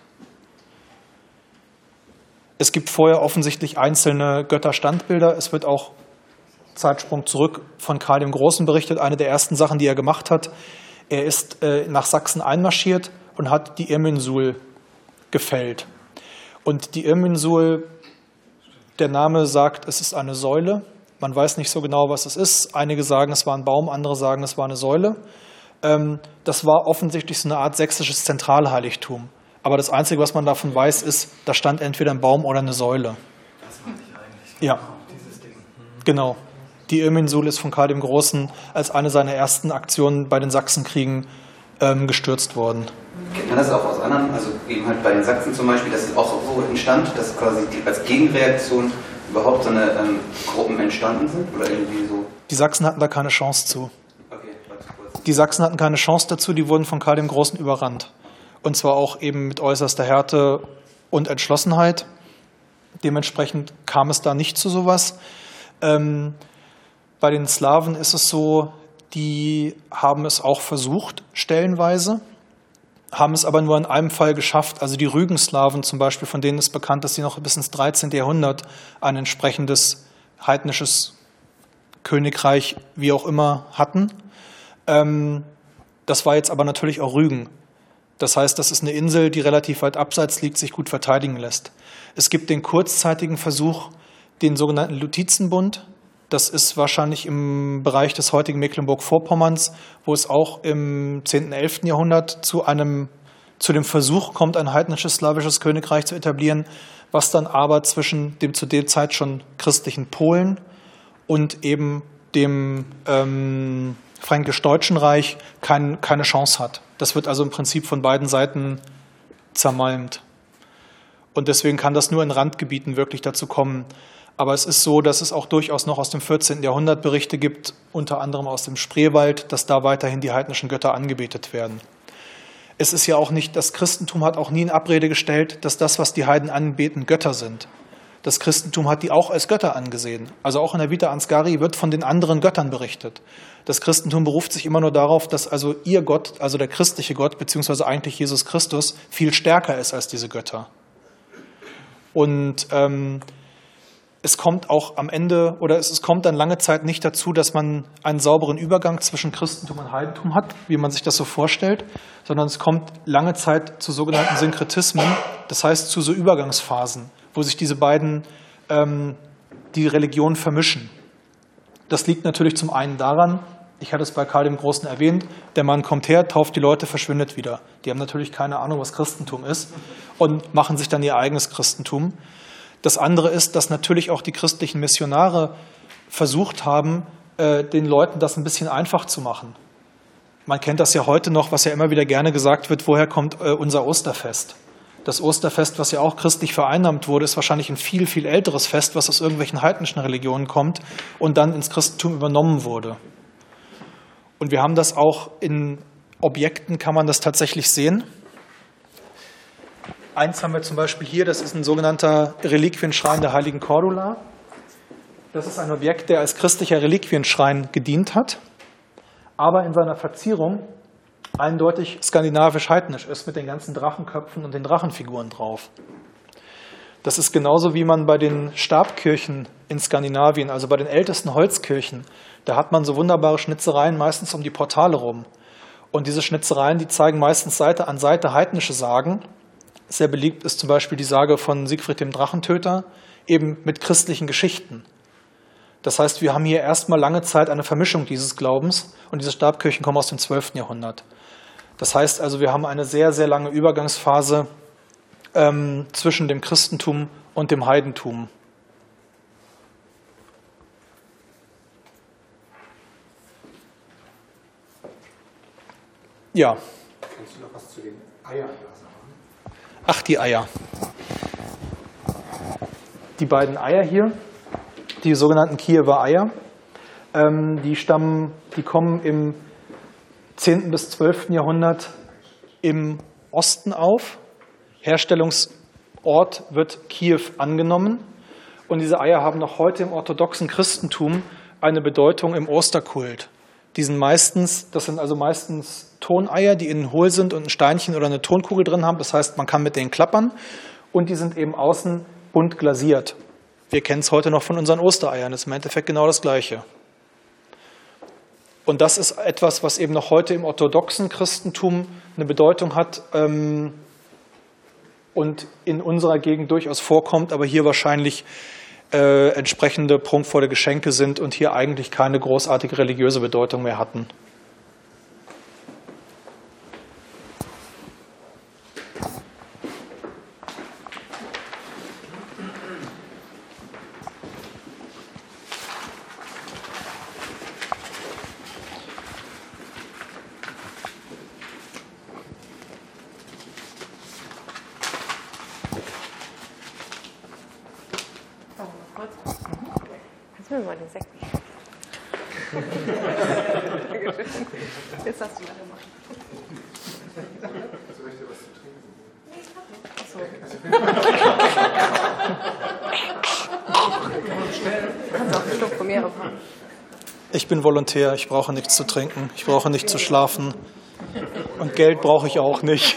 Es gibt vorher offensichtlich einzelne Götterstandbilder. Es wird auch, Zeitsprung zurück, von Karl dem Großen berichtet. Eine der ersten Sachen, die er gemacht hat, er ist nach Sachsen einmarschiert und hat die Irminsul gefällt. Und die Irminsul, der Name sagt, es ist eine Säule. Man weiß nicht so genau, was es ist. Einige sagen, es war ein Baum, andere sagen, es war eine Säule. Das war offensichtlich so eine Art sächsisches Zentralheiligtum. Aber das Einzige, was man davon weiß, ist, da stand entweder ein Baum oder eine Säule. Das meinte ich eigentlich. Ja, Dieses Ding. genau. Die Irminsul ist von Karl dem Großen als eine seiner ersten Aktionen bei den Sachsenkriegen gestürzt worden. Kennt man das auch aus anderen, also eben halt bei den Sachsen zum Beispiel, dass es auch so entstand, dass quasi als Gegenreaktion überhaupt so eine Gruppen entstanden sind? Oder irgendwie so? Die Sachsen hatten da keine Chance zu. Okay, war zu kurz. Die Sachsen hatten keine Chance dazu, die wurden von Karl dem Großen überrannt. Und zwar auch eben mit äußerster Härte und Entschlossenheit. Dementsprechend kam es da nicht zu sowas. Bei den Slawen ist es so, die haben es auch versucht, stellenweise, haben es aber nur in einem Fall geschafft. Also die Rügenslawen zum Beispiel, von denen ist bekannt, dass sie noch bis ins 13. Jahrhundert ein entsprechendes heidnisches Königreich, wie auch immer, hatten. Das war jetzt aber natürlich auch Rügen. Das heißt, das ist eine Insel, die relativ weit abseits liegt, sich gut verteidigen lässt. Es gibt den kurzzeitigen Versuch, den sogenannten Lutizenbund. Das ist wahrscheinlich im Bereich des heutigen Mecklenburg-Vorpommerns, wo es auch im 10., 11. Jahrhundert zu dem Versuch kommt, ein heidnisches slawisches Königreich zu etablieren, was dann aber zwischen dem zu der Zeit schon christlichen Polen und eben dem fränkisch-deutschen Reich keine Chance hat. Das wird also im Prinzip von beiden Seiten zermalmt. Und deswegen kann das nur in Randgebieten wirklich dazu kommen. Aber es ist so, dass es auch durchaus noch aus dem 14. Jahrhundert Berichte gibt, unter anderem aus dem Spreewald, dass da weiterhin die heidnischen Götter angebetet werden. Es ist ja auch nicht, das Christentum hat auch nie in Abrede gestellt, dass das, was die Heiden anbeten, Götter sind. Das Christentum hat die auch als Götter angesehen. Also auch in der Vita Ansgari wird von den anderen Göttern berichtet. Das Christentum beruft sich immer nur darauf, dass also ihr Gott, also der christliche Gott, beziehungsweise eigentlich Jesus Christus, viel stärker ist als diese Götter. Und es kommt auch am Ende oder es kommt dann lange Zeit nicht dazu, dass man einen sauberen Übergang zwischen Christentum und Heidentum hat, wie man sich das so vorstellt, sondern es kommt lange Zeit zu sogenannten Synkretismen, das heißt zu so Übergangsphasen, wo sich diese beiden die Religionen vermischen. Das liegt natürlich zum einen daran, ich hatte es bei Karl dem Großen erwähnt, der Mann kommt her, tauft die Leute, verschwindet wieder. Die haben natürlich keine Ahnung, was Christentum ist und machen sich dann ihr eigenes Christentum. Das andere ist, dass natürlich auch die christlichen Missionare versucht haben, den Leuten das ein bisschen einfach zu machen. Man kennt das ja heute noch, was ja immer wieder gerne gesagt wird, woher kommt unser Osterfest? Das Osterfest, was ja auch christlich vereinnahmt wurde, ist wahrscheinlich ein viel, viel älteres Fest, was aus irgendwelchen heidnischen Religionen kommt und dann ins Christentum übernommen wurde. Und wir haben das auch in Objekten, kann man das tatsächlich sehen. Eins haben wir zum Beispiel hier, das ist ein sogenannter Reliquienschrein der heiligen Cordula. Das ist ein Objekt, der als christlicher Reliquienschrein gedient hat, aber in seiner Verzierung eindeutig skandinavisch-heidnisch ist mit den ganzen Drachenköpfen und den Drachenfiguren drauf. Das ist genauso wie man bei den Stabkirchen in Skandinavien, also bei den ältesten Holzkirchen, da hat man so wunderbare Schnitzereien meistens um die Portale rum. Und diese Schnitzereien, die zeigen meistens Seite an Seite heidnische Sagen. Sehr beliebt ist zum Beispiel die Sage von Siegfried dem Drachentöter, eben mit christlichen Geschichten. Das heißt, wir haben hier erstmal lange Zeit eine Vermischung dieses Glaubens und diese Stabkirchen kommen aus dem 12. Jahrhundert. Das heißt also, wir haben eine sehr, sehr lange Übergangsphase zwischen dem Christentum und dem Heidentum. Ja. Kannst du noch was zu den Eiern sagen? Ach, die Eier. Die beiden Eier hier, die sogenannten Kiewer Eier, die kommen im 10. bis 12. Jahrhundert im Osten auf. Herstellungsort wird Kiew angenommen. Und diese Eier haben noch heute im orthodoxen Christentum eine Bedeutung im Osterkult. Das sind also meistens Toneier, die innen hohl sind und ein Steinchen oder eine Tonkugel drin haben. Das heißt, man kann mit denen klappern. Und die sind eben außen bunt glasiert. Wir kennen es heute noch von unseren Ostereiern. Das ist im Endeffekt genau das Gleiche. Und das ist etwas, was eben noch heute im orthodoxen Christentum eine Bedeutung hat und in unserer Gegend durchaus vorkommt, aber hier wahrscheinlich entsprechende prunkvolle Geschenke sind und hier eigentlich keine großartige religiöse Bedeutung mehr hatten. Kannst du mir mal den Sekt geben? Jetzt hast du lange gemacht. Soll ich dir was zu trinken? Achso. Kannst auch einen Schluck von mir aufhaben. Ich bin Volontär, ich brauche nichts zu trinken, ich brauche nicht zu schlafen und Geld brauche ich auch nicht.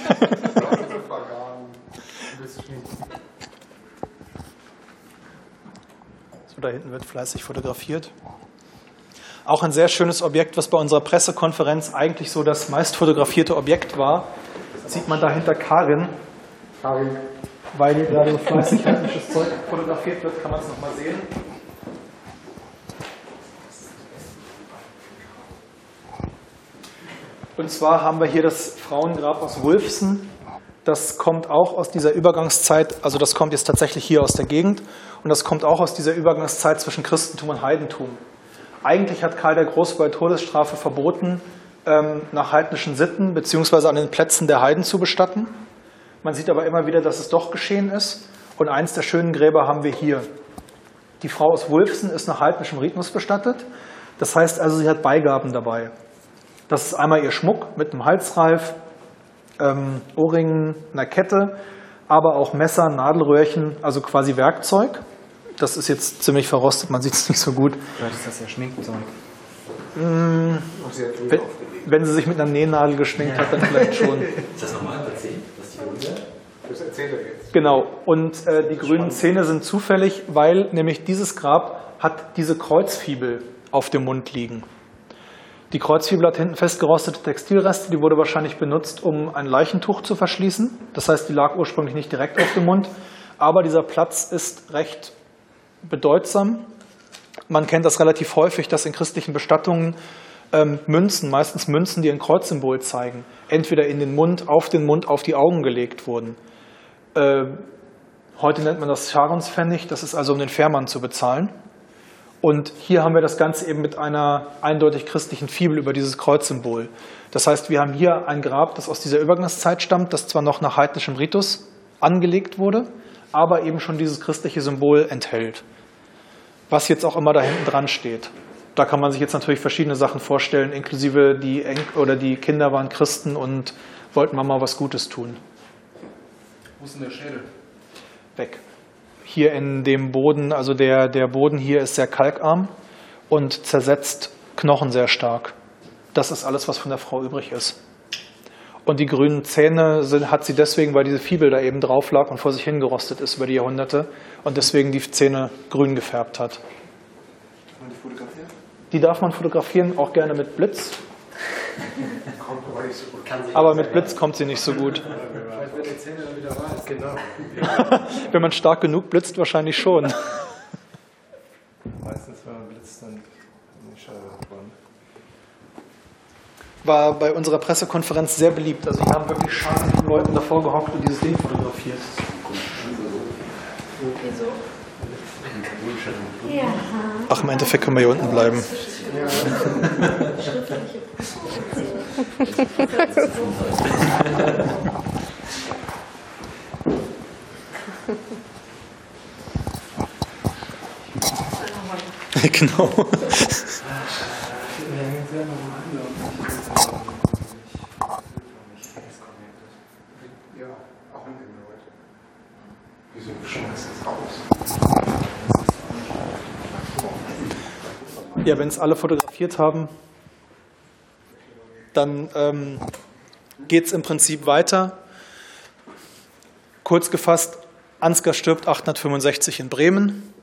So, da hinten wird fleißig fotografiert. Auch ein sehr schönes Objekt, was bei unserer Pressekonferenz eigentlich so das meist fotografierte Objekt war. Das sieht man da hinter Karin. Weil hier gerade so fleißig heidnisches Zeug fotografiert wird, kann man es nochmal sehen. Und zwar haben wir hier das Frauengrab aus Wulfsen. Das kommt auch aus dieser Übergangszeit, also das kommt jetzt tatsächlich hier aus der Gegend. Und das kommt auch aus dieser Übergangszeit zwischen Christentum und Heidentum. Eigentlich hat Karl der Große bei Todesstrafe verboten, nach heidnischen Sitten bzw. an den Plätzen der Heiden zu bestatten. Man sieht aber immer wieder, dass es doch geschehen ist. Und eins der schönen Gräber haben wir hier. Die Frau aus Wulfsen ist nach heidnischem Ritus bestattet. Das heißt also, sie hat Beigaben dabei. Das ist einmal ihr Schmuck mit einem Halsreif, Ohrringen, einer Kette, aber auch Messer, Nadelröhrchen, also quasi Werkzeug. Das ist jetzt ziemlich verrostet, man sieht es nicht so gut. Vielleicht ist das ja Schminkzeug. Wenn sie sich mit einer Nähnadel geschminkt hat, dann vielleicht schon. Ist das normal? Erzählen? Das erzählt er jetzt. Genau, und die grünen Zähne sind zufällig, weil nämlich dieses Grab hat diese Kreuzfibel auf dem Mund liegen. Die Kreuzfibel hat hinten festgerostete Textilreste, die wurde wahrscheinlich benutzt, um ein Leichentuch zu verschließen. Das heißt, die lag ursprünglich nicht direkt auf dem Mund, aber dieser Platz ist recht bedeutsam. Man kennt das relativ häufig, dass in christlichen Bestattungen Münzen, meistens Münzen, die ein Kreuzsymbol zeigen, entweder in den Mund, auf die Augen gelegt wurden. Heute nennt man das Scharionspfennig, das ist also um den Fährmann zu bezahlen. Und hier haben wir das Ganze eben mit einer eindeutig christlichen Fibel über dieses Kreuzsymbol. Das heißt, wir haben hier ein Grab, das aus dieser Übergangszeit stammt, das zwar noch nach heidnischem Ritus angelegt wurde, aber eben schon dieses christliche Symbol enthält. Was jetzt auch immer da hinten dran steht. Da kann man sich jetzt natürlich verschiedene Sachen vorstellen, inklusive die Kinder waren Christen und wollten Mama was Gutes tun. Wo ist denn der Schädel? Weg. Hier in dem Boden, also der Boden hier ist sehr kalkarm und zersetzt Knochen sehr stark. Das ist alles, was von der Frau übrig ist. Und die grünen Zähne hat sie deswegen, weil diese Fibel da eben drauf lag und vor sich hingerostet ist über die Jahrhunderte und deswegen die Zähne grün gefärbt hat. Kann man die fotografieren? Die darf man fotografieren, auch gerne mit Blitz. Aber mit Blitz kommt sie nicht so gut. Vielleicht werden die Zähne dann wieder weiß. Genau. Wenn man stark genug blitzt, wahrscheinlich schon. Meistens, wenn man blitzt, dann nicht schade geworden. War bei unserer Pressekonferenz sehr beliebt. Also hier haben wirklich Scharen von Leuten davor gehockt und dieses Ding fotografiert. Wieso? Ach, im Endeffekt können wir hier unten bleiben. Genau. Ja, auch in den Leuten. Wieso schmeißt das raus? Ja, wenn es alle fotografiert haben, dann geht es im Prinzip weiter. Kurz gefasst, Ansgar stirbt 865 in Bremen.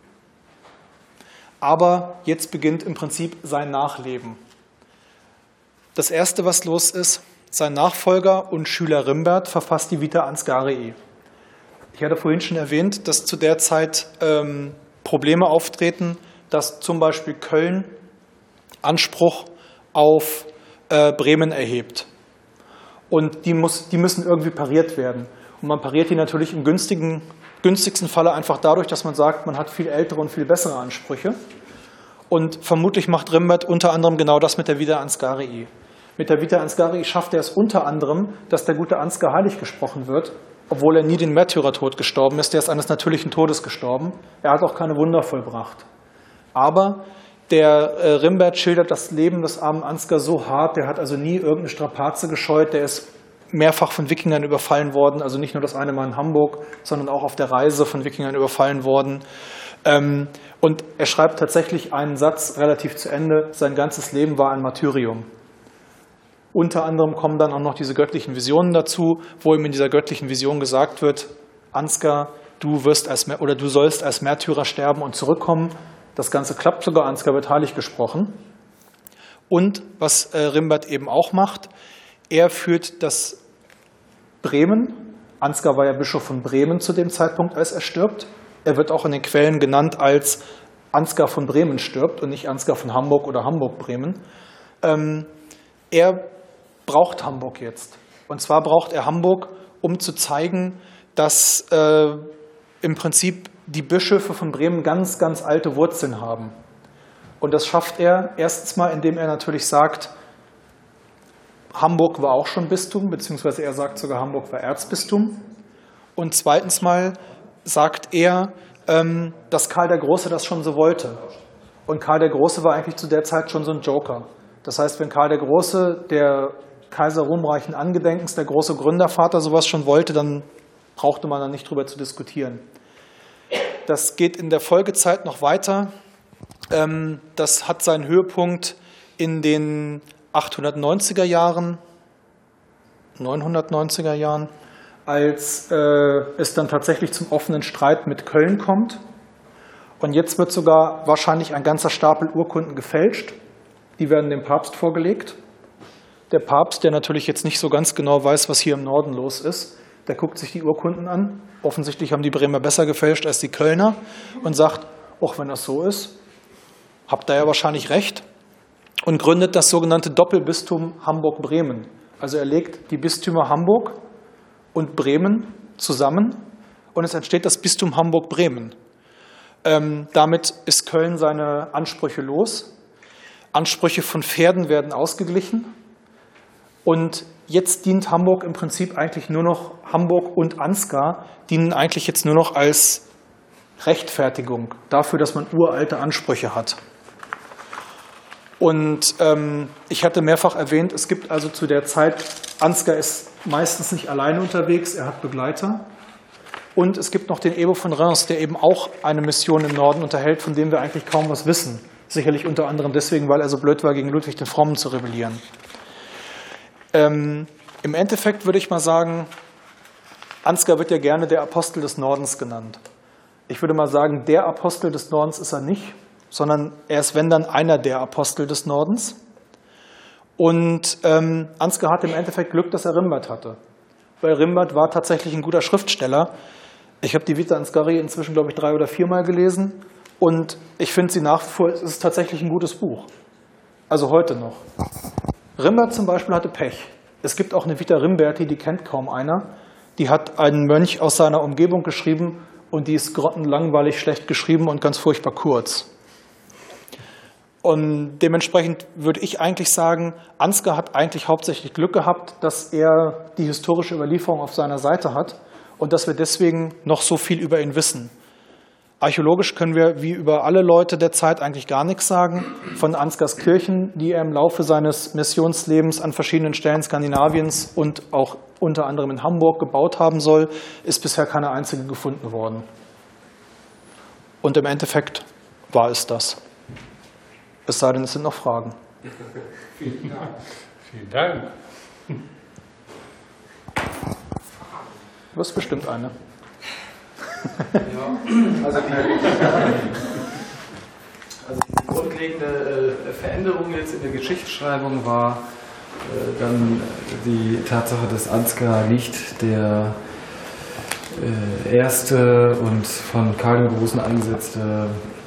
Aber jetzt beginnt im Prinzip sein Nachleben. Das Erste, was los ist, sein Nachfolger und Schüler Rimbert verfasst die Vita Ansgarii. Ich hatte vorhin schon erwähnt, dass zu der Zeit Probleme auftreten, dass zum Beispiel Köln Anspruch auf Bremen erhebt. Und die müssen irgendwie pariert werden. Und man pariert die natürlich im günstigsten Falle einfach dadurch, dass man sagt, man hat viel ältere und viel bessere Ansprüche. Und vermutlich macht Rimbert unter anderem genau das mit der Vita Ansgarii. Mit der Vita Ansgarii schafft er es unter anderem, dass der gute Ansgar heilig gesprochen wird, obwohl er nie den Märtyrertod gestorben ist. Der ist eines natürlichen Todes gestorben. Er hat auch keine Wunder vollbracht. Aber der Rimbert schildert das Leben des armen Ansgar so hart, der hat also nie irgendeine Strapaze gescheut, der ist mehrfach von Wikingern überfallen worden, also nicht nur das eine Mal in Hamburg, sondern auch auf der Reise von Wikingern überfallen worden. Und er schreibt tatsächlich einen Satz relativ zu Ende, sein ganzes Leben war ein Martyrium. Unter anderem kommen dann auch noch diese göttlichen Visionen dazu, wo ihm in dieser göttlichen Vision gesagt wird, Ansgar, du sollst als Märtyrer sterben und zurückkommen. Das Ganze klappt sogar, Ansgar wird heilig gesprochen. Und was Rimbert eben auch macht, er führt das Bremen, Ansgar war ja Bischof von Bremen zu dem Zeitpunkt, als er stirbt. Er wird auch in den Quellen genannt als Ansgar von Bremen stirbt und nicht Ansgar von Hamburg oder Hamburg-Bremen. Er braucht Hamburg jetzt. Und zwar braucht er Hamburg, um zu zeigen, dass im Prinzip die Bischöfe von Bremen ganz, ganz alte Wurzeln haben. Und das schafft er erstens mal, indem er natürlich sagt, Hamburg war auch schon Bistum, beziehungsweise er sagt sogar, Hamburg war Erzbistum. Und zweitens mal sagt er, dass Karl der Große das schon so wollte. Und Karl der Große war eigentlich zu der Zeit schon so ein Joker. Das heißt, wenn Karl der Große, der Kaiser ruhmreichen Angedenkens, der große Gründervater, sowas schon wollte, dann brauchte man da nicht drüber zu diskutieren. Das geht in der Folgezeit noch weiter. Das hat seinen Höhepunkt in den 890er Jahren, 990er Jahren, als es dann tatsächlich zum offenen Streit mit Köln kommt. Und jetzt wird sogar wahrscheinlich ein ganzer Stapel Urkunden gefälscht. Die werden dem Papst vorgelegt. Der Papst, der natürlich jetzt nicht so ganz genau weiß, was hier im Norden los ist, der guckt sich die Urkunden an. Offensichtlich haben die Bremer besser gefälscht als die Kölner und sagt, auch wenn das so ist, habt ihr ja wahrscheinlich recht, und gründet das sogenannte Doppelbistum Hamburg-Bremen. Also er legt die Bistümer Hamburg und Bremen zusammen und es entsteht das Bistum Hamburg-Bremen. Damit ist Köln seine Ansprüche los. Ansprüche von Pferden werden ausgeglichen. Und jetzt dient Hamburg im Prinzip eigentlich nur noch, Hamburg und Ansgar dienen eigentlich jetzt nur noch als Rechtfertigung dafür, dass man uralte Ansprüche hat. Und ich hatte mehrfach erwähnt, es gibt also zu der Zeit, Ansgar ist meistens nicht alleine unterwegs, er hat Begleiter. Und es gibt noch den Ebo von Reims, der eben auch eine Mission im Norden unterhält, von dem wir eigentlich kaum was wissen. Sicherlich unter anderem deswegen, weil er so blöd war, gegen Ludwig den Frommen zu rebellieren. Im Endeffekt würde ich mal sagen, Ansgar wird ja gerne der Apostel des Nordens genannt. Ich würde mal sagen, der Apostel des Nordens ist er nicht, sondern er ist, wenn dann, einer der Apostel des Nordens. Und Ansgar hatte im Endeffekt Glück, dass er Rimbert hatte. Weil Rimbert war tatsächlich ein guter Schriftsteller. Ich habe die Vita Ansgari inzwischen, glaube ich, 3 oder 4 Mal gelesen. Und ich finde sie nach wie vor, es ist tatsächlich ein gutes Buch. Also heute noch. Rimbert zum Beispiel hatte Pech. Es gibt auch eine Vita Rimberti, die kennt kaum einer. Die hat einen Mönch aus seiner Umgebung geschrieben und die ist grottenlangweilig schlecht geschrieben und ganz furchtbar kurz. Und dementsprechend würde ich eigentlich sagen, Ansgar hat eigentlich hauptsächlich Glück gehabt, dass er die historische Überlieferung auf seiner Seite hat und dass wir deswegen noch so viel über ihn wissen. Archäologisch können wir wie über alle Leute der Zeit eigentlich gar nichts sagen. Von Ansgars Kirchen, die er im Laufe seines Missionslebens an verschiedenen Stellen Skandinaviens und auch unter anderem in Hamburg gebaut haben soll, ist bisher keine einzige gefunden worden. Und im Endeffekt war es das. Es sei denn, es sind noch Fragen. Vielen Dank. Vielen Dank. Du hast bestimmt eine. Also die grundlegende Veränderung jetzt in der Geschichtsschreibung war dann die Tatsache, dass Ansgar nicht der erste und von Karl dem Großen eingesetzte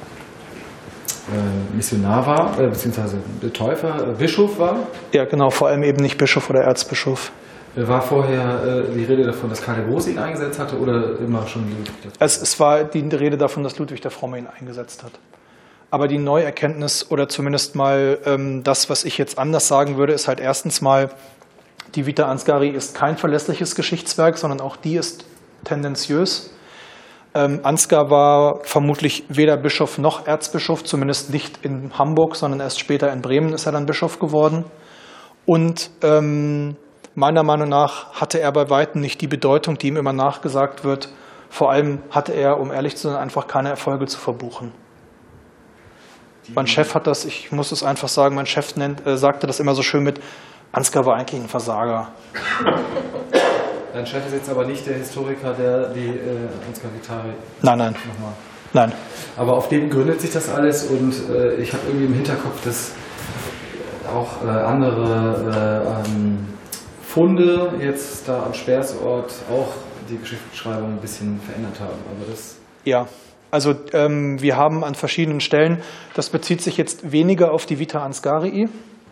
Missionar war, beziehungsweise der Täufer, Bischof war. Ja, genau, vor allem eben nicht Bischof oder Erzbischof. War vorher die Rede davon, dass Karl der Große ihn eingesetzt hatte oder immer schon Ludwig der Fromme? Es war die Rede davon, dass Ludwig der Fromme ihn eingesetzt hat. Aber die Neuerkenntnis oder zumindest mal das, was ich jetzt anders sagen würde, ist halt erstens mal, die Vita Ansgari ist kein verlässliches Geschichtswerk, sondern auch die ist tendenziös. Ansgar war vermutlich weder Bischof noch Erzbischof, zumindest nicht in Hamburg, sondern erst später in Bremen ist er dann Bischof geworden. Und meiner Meinung nach hatte er bei Weitem nicht die Bedeutung, die ihm immer nachgesagt wird. Vor allem hatte er, um ehrlich zu sein, einfach keine Erfolge zu verbuchen. Mein Chef hat das, ich muss es einfach sagen, mein Chef sagte das immer so schön mit, Ansgar war eigentlich ein Versager. Dein Chef ist jetzt aber nicht der Historiker, der die Ansgar Vitali... Nein. Nochmal. Nein. Aber auf dem gründet sich das alles und ich habe irgendwie im Hinterkopf, dass auch andere Funde jetzt da am Speersort auch die Geschichtsschreibung ein bisschen verändert haben. Aber das ja, also wir haben an verschiedenen Stellen, das bezieht sich jetzt weniger auf die Vita Ansgarii.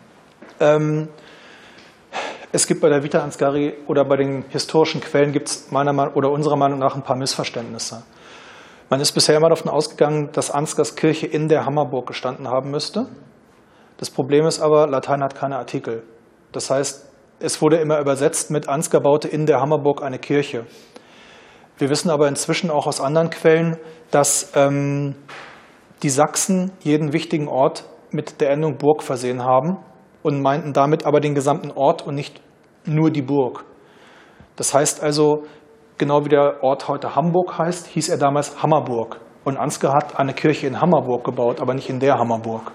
Es gibt bei der Vita Ansgari oder bei den historischen Quellen gibt es unserer Meinung nach ein paar Missverständnisse. Man ist bisher immer davon ausgegangen, dass Ansgars Kirche in der Hammerburg gestanden haben müsste. Das Problem ist aber, Latein hat keine Artikel. Das heißt, es wurde immer übersetzt mit Ansgar baute in der Hammerburg eine Kirche. Wir wissen aber inzwischen auch aus anderen Quellen, dass die Sachsen jeden wichtigen Ort mit der Endung Burg versehen haben und meinten damit aber den gesamten Ort und nicht nur die Burg. Das heißt also, genau wie der Ort heute Hamburg heißt, hieß er damals Hammerburg. Und Ansgar hat eine Kirche in Hammerburg gebaut, aber nicht in der Hammerburg.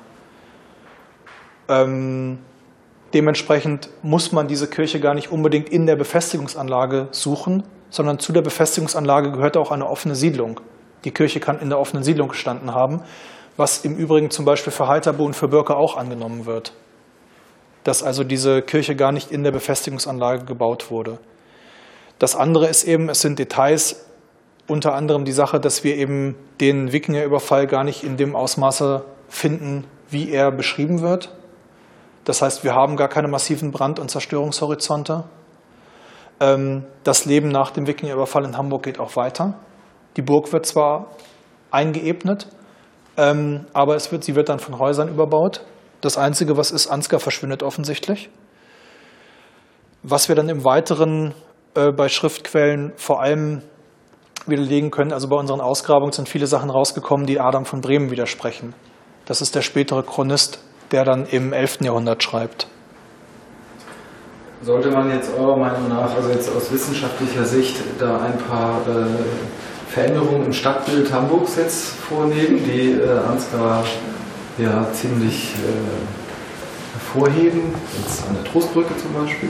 Dementsprechend muss man diese Kirche gar nicht unbedingt in der Befestigungsanlage suchen, sondern zu der Befestigungsanlage gehört auch eine offene Siedlung. Die Kirche kann in der offenen Siedlung gestanden haben, was im Übrigen zum Beispiel für Heiterbo und für Börke auch angenommen wird. Dass also diese Kirche gar nicht in der Befestigungsanlage gebaut wurde. Das andere ist eben, es sind Details, unter anderem die Sache, dass wir eben den Wikingerüberfall gar nicht in dem Ausmaße finden, wie er beschrieben wird. Das heißt, wir haben gar keine massiven Brand- und Zerstörungshorizonte. Das Leben nach dem Wikingerüberfall in Hamburg geht auch weiter. Die Burg wird zwar eingeebnet, aber sie wird dann von Häusern überbaut. Das Einzige, was ist, Ansgar verschwindet offensichtlich. Was wir dann im Weiteren bei Schriftquellen vor allem widerlegen können, also bei unseren Ausgrabungen sind viele Sachen rausgekommen, die Adam von Bremen widersprechen. Das ist der spätere Chronist, der dann im 11. Jahrhundert schreibt. Sollte man jetzt eurer Meinung nach, also jetzt aus wissenschaftlicher Sicht, da ein paar Veränderungen im Stadtbild Hamburgs jetzt vornehmen, die Ansgar ja ziemlich hervorheben, jetzt an der Trostbrücke zum Beispiel?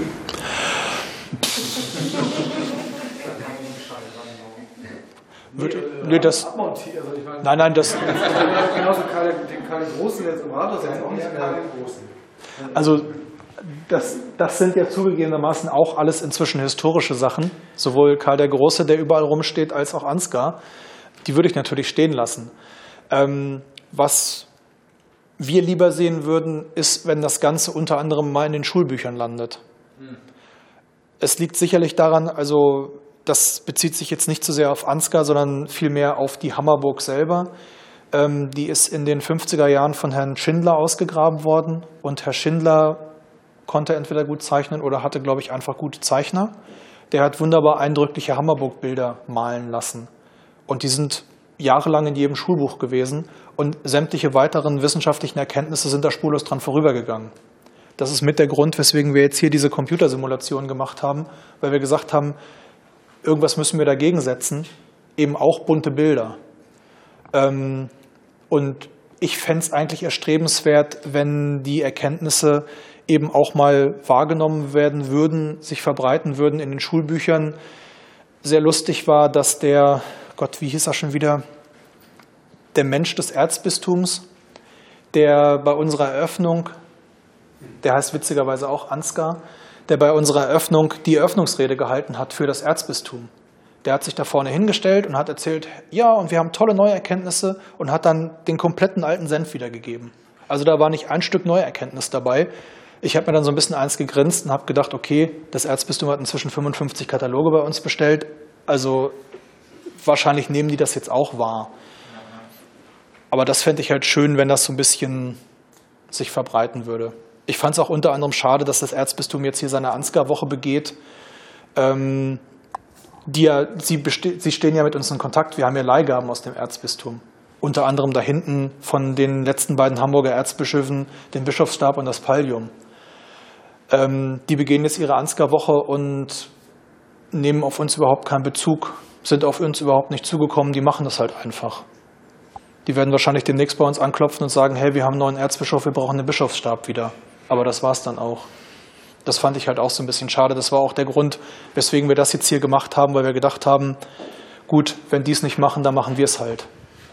Nein, das. Genauso den Karl Großen jetzt im Rathaus, der ist auch nicht mehr Großen. Also das sind ja zugegebenermaßen auch alles inzwischen historische Sachen. Sowohl Karl der Große, der überall rumsteht, als auch Ansgar. Die würde ich natürlich stehen lassen. Was wir lieber sehen würden, ist, wenn das Ganze unter anderem mal in den Schulbüchern landet. Es liegt sicherlich daran, also das bezieht sich jetzt nicht so sehr auf Ansgar, sondern vielmehr auf die Hammerburg selber. Die ist in den 50er Jahren von Herrn Schindler ausgegraben worden. Und Herr Schindler konnte entweder gut zeichnen oder hatte, glaube ich, einfach gute Zeichner. Der hat wunderbar eindrückliche Hammerburg-Bilder malen lassen. Und die sind jahrelang in jedem Schulbuch gewesen. Und sämtliche weiteren wissenschaftlichen Erkenntnisse sind da spurlos dran vorübergegangen. Das ist mit der Grund, weswegen wir jetzt hier diese Computersimulation gemacht haben, weil wir gesagt haben, irgendwas müssen wir dagegen setzen, eben auch bunte Bilder. Und ich fände es eigentlich erstrebenswert, wenn die Erkenntnisse eben auch mal wahrgenommen werden würden, sich verbreiten würden in den Schulbüchern. Sehr lustig war, dass wie hieß er schon wieder, der Mensch des Erzbistums, der bei unserer Eröffnung, der heißt witzigerweise auch Ansgar, der bei unserer Eröffnung die Eröffnungsrede gehalten hat für das Erzbistum. Der hat sich da vorne hingestellt und hat erzählt, ja, und wir haben tolle neue Erkenntnisse und hat dann den kompletten alten Senf wiedergegeben. Also da war nicht ein Stück Neuerkenntnis dabei. Ich habe mir dann so ein bisschen eins gegrinst und habe gedacht, okay, das Erzbistum hat inzwischen 55 Kataloge bei uns bestellt, also wahrscheinlich nehmen die das jetzt auch wahr. Aber das fände ich halt schön, wenn das so ein bisschen sich verbreiten würde. Ich fand es auch unter anderem schade, dass das Erzbistum jetzt hier seine Ansgar-Woche begeht. Sie stehen ja mit uns in Kontakt. Wir haben ja Leihgaben aus dem Erzbistum. Unter anderem da hinten von den letzten beiden Hamburger Erzbischöfen, den Bischofsstab und das Pallium. Die begehen jetzt ihre Ansgar-Woche und nehmen auf uns überhaupt keinen Bezug, sind auf uns überhaupt nicht zugekommen. Die machen das halt einfach. Die werden wahrscheinlich demnächst bei uns anklopfen und sagen, hey, wir haben einen neuen Erzbischof, wir brauchen den Bischofsstab wieder. Aber das war es dann auch. Das fand ich halt auch so ein bisschen schade. Das war auch der Grund, weswegen wir das jetzt hier gemacht haben, weil wir gedacht haben, gut, wenn die es nicht machen, dann machen wir es halt.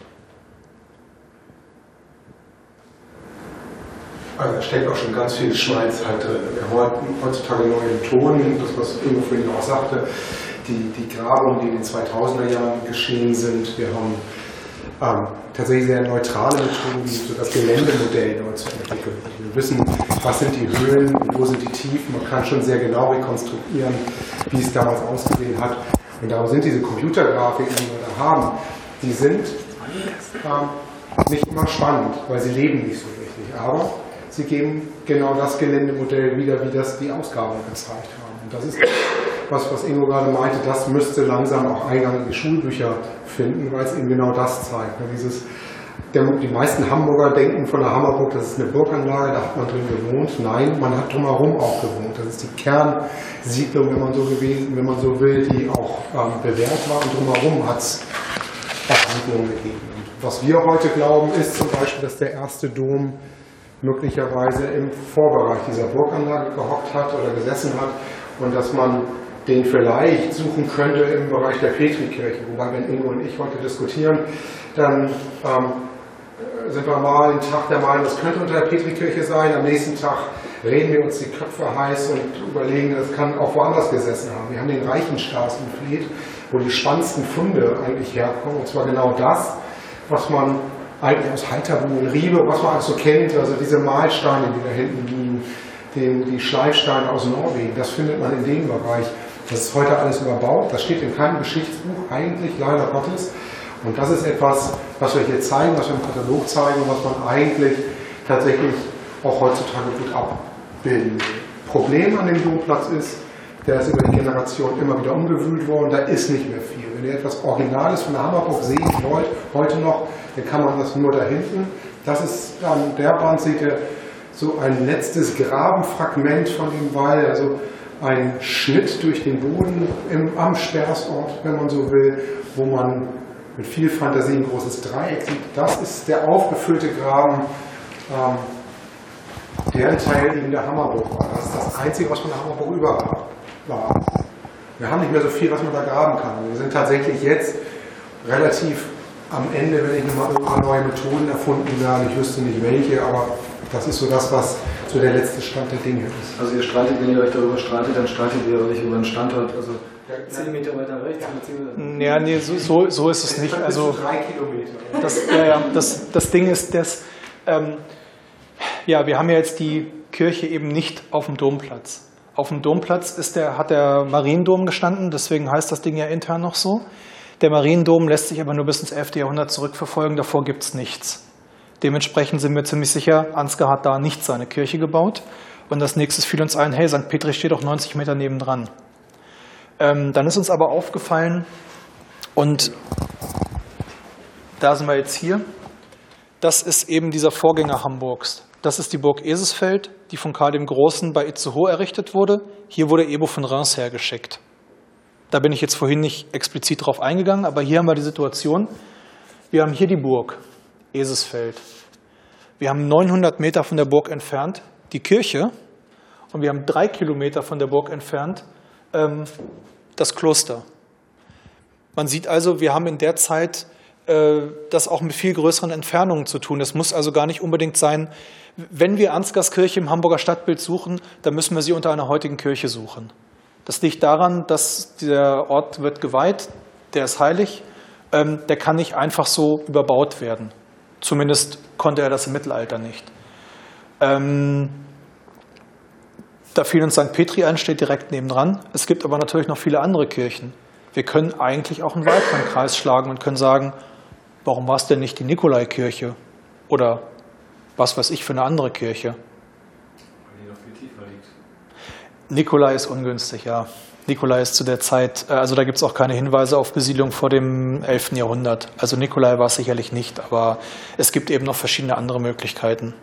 Also da steckt auch schon ganz viel Schweiz halt drin. Wir haben heutzutage neue Methoden, das was Ingo vorhin auch sagte, die Grabungen, die in den 2000er Jahren geschehen sind. Wir haben tatsächlich sehr neutrale Methoden, so das Geländemodell neu zu entwickeln. Wir wissen, was sind die Höhen, wo sind die Tiefen. Man kann schon sehr genau rekonstruieren, wie es damals ausgesehen hat. Und darum sind diese Computergrafiken, die wir da haben, die sind nicht immer spannend, weil sie leben nicht so richtig. Aber sie geben genau das Geländemodell wieder, wie das die Ausgaben gezeigt haben. Und das ist was Ingo gerade meinte, das müsste langsam auch Eingang in die Schulbücher finden, weil es eben genau das zeigt. Die meisten Hamburger denken von der Hammerburg, das ist eine Burganlage, da hat man drin gewohnt. Nein, man hat drumherum auch gewohnt. Das ist die Kernsiedlung, wenn man so will, die auch bewährt war. Und drumherum hat es Handlungen gegeben. Und was wir heute glauben, ist zum Beispiel, dass der erste Dom möglicherweise im Vorbereich dieser Burganlage gehockt hat oder gesessen hat und dass man den vielleicht suchen könnte im Bereich der Petrikirche. Wobei, wenn Ingo und ich heute diskutieren, dann sind wir mal einen Tag der Meinung, das könnte unter der Petrikirche sein. Am nächsten Tag reden wir uns die Köpfe heiß und überlegen, das kann auch woanders gesessen haben. Wir haben den Reichenstraßen in Fleet, wo die spannendsten Funde eigentlich herkommen. Und zwar genau das, was man eigentlich aus Halterbuhen, Riebe, was man alles so kennt, also diese Mahlsteine, die da hinten liegen, die Schleifsteine aus Norwegen, das findet man in dem Bereich. Das ist heute alles überbaut, das steht in keinem Geschichtsbuch, eigentlich, leider Gottes. Und das ist etwas, was wir hier zeigen, was wir im Katalog zeigen und was man eigentlich tatsächlich auch heutzutage gut abbilden will. Problem an dem Domplatz ist, der ist über die Generation immer wieder umgewühlt worden, da ist nicht mehr viel. Wenn ihr etwas Originales von der Hammerburg sehen wollt, heute noch, dann kann man das nur da hinten. Das ist an der Wand, seht ihr, so ein letztes Grabenfragment von dem Wall, also ein Schnitt durch den Boden am Sperrsort, wenn man so will, wo man mit viel Fantasie ein großes Dreieck sieht. Das ist der aufgefüllte Graben, der ein Teil eben der Hammerburg war. Das ist das Einzige, was von der Hammerburg über war. Wir haben nicht mehr so viel, was man da graben kann. Wir sind tatsächlich jetzt relativ am Ende, wenn ich nochmal irgendwann neue Methoden erfunden werden. Ich wüsste nicht welche, aber das ist so das, was so der letzte Stand der Dinge ist. Also ihr streitet, wenn ihr euch darüber streitet, dann streitet ihr euch über einen Standort, also 10 Meter weiter rechts. Ja, nee, so ist es nicht. Also 3 Kilometer. das Ding ist, wir haben ja jetzt die Kirche eben nicht auf dem Domplatz. Auf dem Domplatz hat der Mariendom gestanden, deswegen heißt das Ding ja intern noch so. Der Mariendom lässt sich aber nur bis ins 11. Jahrhundert zurückverfolgen, davor gibt es nichts. Dementsprechend sind wir ziemlich sicher, Ansgar hat da nicht seine Kirche gebaut. Und als nächstes fiel uns ein, hey, St. Petri steht doch 90 Meter nebendran. Dann ist uns aber aufgefallen, und da sind wir jetzt hier, das ist eben dieser Vorgänger Hamburgs. Das ist die Burg Esesfeld, die von Karl dem Großen bei Itzehoe errichtet wurde. Hier wurde Ebo von Reims hergeschickt. Da bin ich jetzt vorhin nicht explizit drauf eingegangen, aber hier haben wir die Situation, wir haben hier die Burg Esesfeld. Wir haben 900 Meter von der Burg entfernt die Kirche und wir haben 3 Kilometer von der Burg entfernt das Kloster. Man sieht also, wir haben in der Zeit das auch mit viel größeren Entfernungen zu tun. Es muss also gar nicht unbedingt sein, wenn wir Ansgars Kirche im Hamburger Stadtbild suchen, dann müssen wir sie unter einer heutigen Kirche suchen. Das liegt daran, dass der Ort wird geweiht, der ist heilig, der kann nicht einfach so überbaut werden. Zumindest konnte er das im Mittelalter nicht. Da fiel uns St. Petri ein, steht direkt nebendran. Es gibt aber natürlich noch viele andere Kirchen. Wir können eigentlich auch einen weiteren Kreis schlagen und können sagen, warum war es denn nicht die Nikolaikirche? Oder was weiß ich für eine andere Kirche? Weil die noch viel tiefer liegt. Nikolai ist ungünstig, ja. Nikolai ist zu der Zeit, also da gibt es auch keine Hinweise auf Besiedlung vor dem 11. Jahrhundert. Also Nikolai war es sicherlich nicht, aber es gibt eben noch verschiedene andere Möglichkeiten.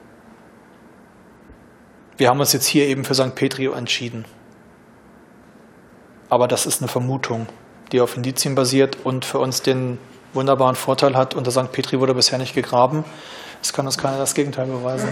Wir haben uns jetzt hier eben für St. Petri entschieden. Aber das ist eine Vermutung, die auf Indizien basiert und für uns den wunderbaren Vorteil hat, unter St. Petri wurde bisher nicht gegraben. Es kann uns keiner das Gegenteil beweisen.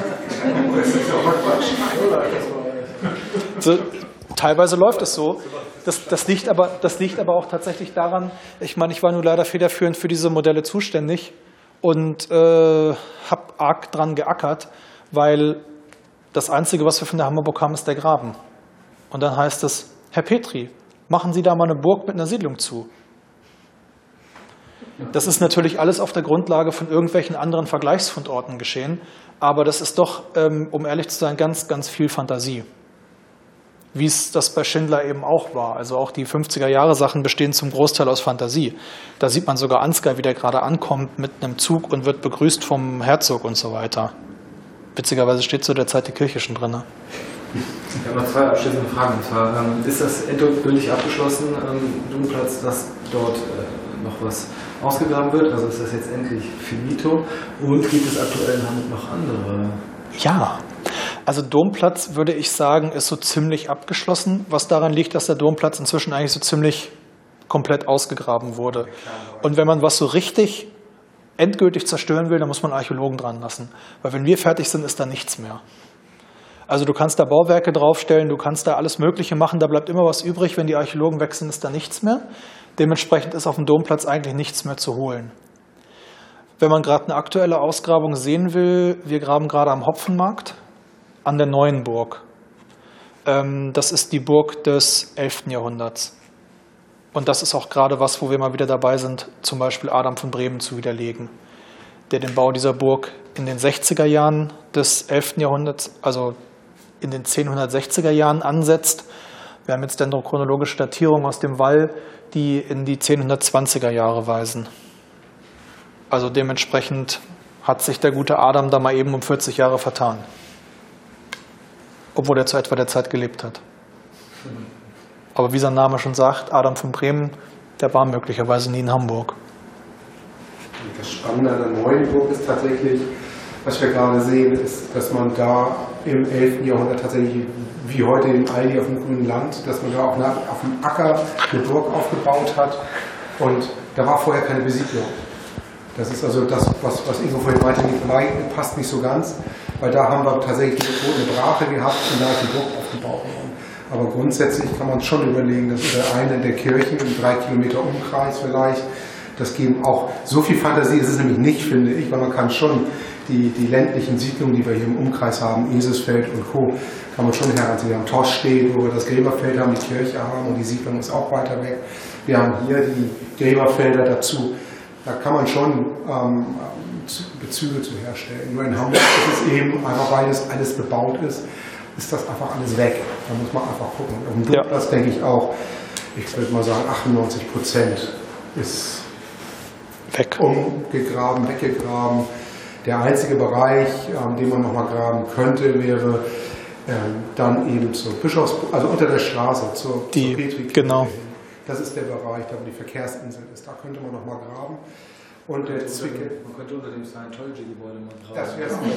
So, teilweise läuft es so. Das liegt aber auch tatsächlich daran, ich meine, ich war nur leider federführend für diese Modelle zuständig und habe arg dran geackert, weil das Einzige, was wir von der Hammerburg haben, ist der Graben. Und dann heißt es, Herr Petri, machen Sie da mal eine Burg mit einer Siedlung zu. Das ist natürlich alles auf der Grundlage von irgendwelchen anderen Vergleichsfundorten geschehen, aber das ist doch, um ehrlich zu sein, ganz, ganz viel Fantasie. Wie es das bei Schindler eben auch war. Also auch die 50er-Jahre-Sachen bestehen zum Großteil aus Fantasie. Da sieht man sogar Ansgar, wie der gerade ankommt mit einem Zug und wird begrüßt vom Herzog und so weiter. Witzigerweise steht zu der Zeit die Kirche schon drin. Ich habe noch 2 abschließende Fragen. Und zwar, ist das endgültig abgeschlossen, Domplatz, dass dort noch was ausgegraben wird? Also ist das jetzt endlich finito? Und gibt es aktuell in Hamburg noch andere? Ja, also Domplatz, würde ich sagen, ist so ziemlich abgeschlossen, was daran liegt, dass der Domplatz inzwischen eigentlich so ziemlich komplett ausgegraben wurde. Und wenn man was so richtig endgültig zerstören will, dann muss man Archäologen dran lassen. Weil wenn wir fertig sind, ist da nichts mehr. Also du kannst da Bauwerke draufstellen, du kannst da alles Mögliche machen, da bleibt immer was übrig. Wenn die Archäologen weg sind, ist da nichts mehr. Dementsprechend ist auf dem Domplatz eigentlich nichts mehr zu holen. Wenn man gerade eine aktuelle Ausgrabung sehen will, wir graben gerade am Hopfenmarkt an der Neuen Burg. Das ist die Burg des 11. Jahrhunderts. Und das ist auch gerade was, wo wir mal wieder dabei sind, zum Beispiel Adam von Bremen zu widerlegen, der den Bau dieser Burg in den 60er Jahren des 11. Jahrhunderts, also in den 1060er Jahren ansetzt. Wir haben jetzt dendrochronologische Datierungen aus dem Wall, die in die 1020er Jahre weisen. Also dementsprechend hat sich der gute Adam da mal eben um 40 Jahre vertan. Obwohl er zu etwa der Zeit gelebt hat. Aber wie sein Name schon sagt, Adam von Bremen, der war möglicherweise nie in Hamburg. Das Spannende an der Neuen Burg ist tatsächlich, was wir gerade sehen, ist, dass man da im 11. Jahrhundert tatsächlich, wie heute in Aldi auf dem grünen Land, dass man da auch auf dem Acker eine Burg aufgebaut hat und da war vorher keine Besiedlung. Das ist also das, was Ingo vorhin meinte, vielleicht passt nicht so ganz, weil da haben wir tatsächlich eine Brache gehabt und da ist die Burg aufgebaut worden. Aber grundsätzlich kann man schon überlegen, dass eine der Kirchen im 3 Kilometer Umkreis vielleicht, das geben auch, so viel Fantasie ist es nämlich nicht, finde ich, weil man kann schon die ländlichen Siedlungen, die wir hier im Umkreis haben, Eselsfeld und Co., kann man schon heranziehen. Wir haben Toschstedt, wo wir das Gräberfeld haben, die Kirche haben und die Siedlung ist auch weiter weg. Wir haben hier die Gräberfelder dazu. Da kann man schon Bezüge zu herstellen. Nur in Hamburg ist es eben, einfach weil das alles bebaut ist das einfach alles weg. Da muss man einfach gucken. Auf dem Domplatz denke ich auch, ich würde mal sagen, 98% ist umgegraben, weggegraben. Der einzige Bereich, den man noch mal graben könnte, wäre dann eben zur also unter der Straße, zur Petrikirche. Genau. Das ist der Bereich, da wo die Verkehrsinsel ist. Da könnte man noch mal graben. Und der Zwickel. Man könnte unter dem Scientology-Gebäude mal graben. Das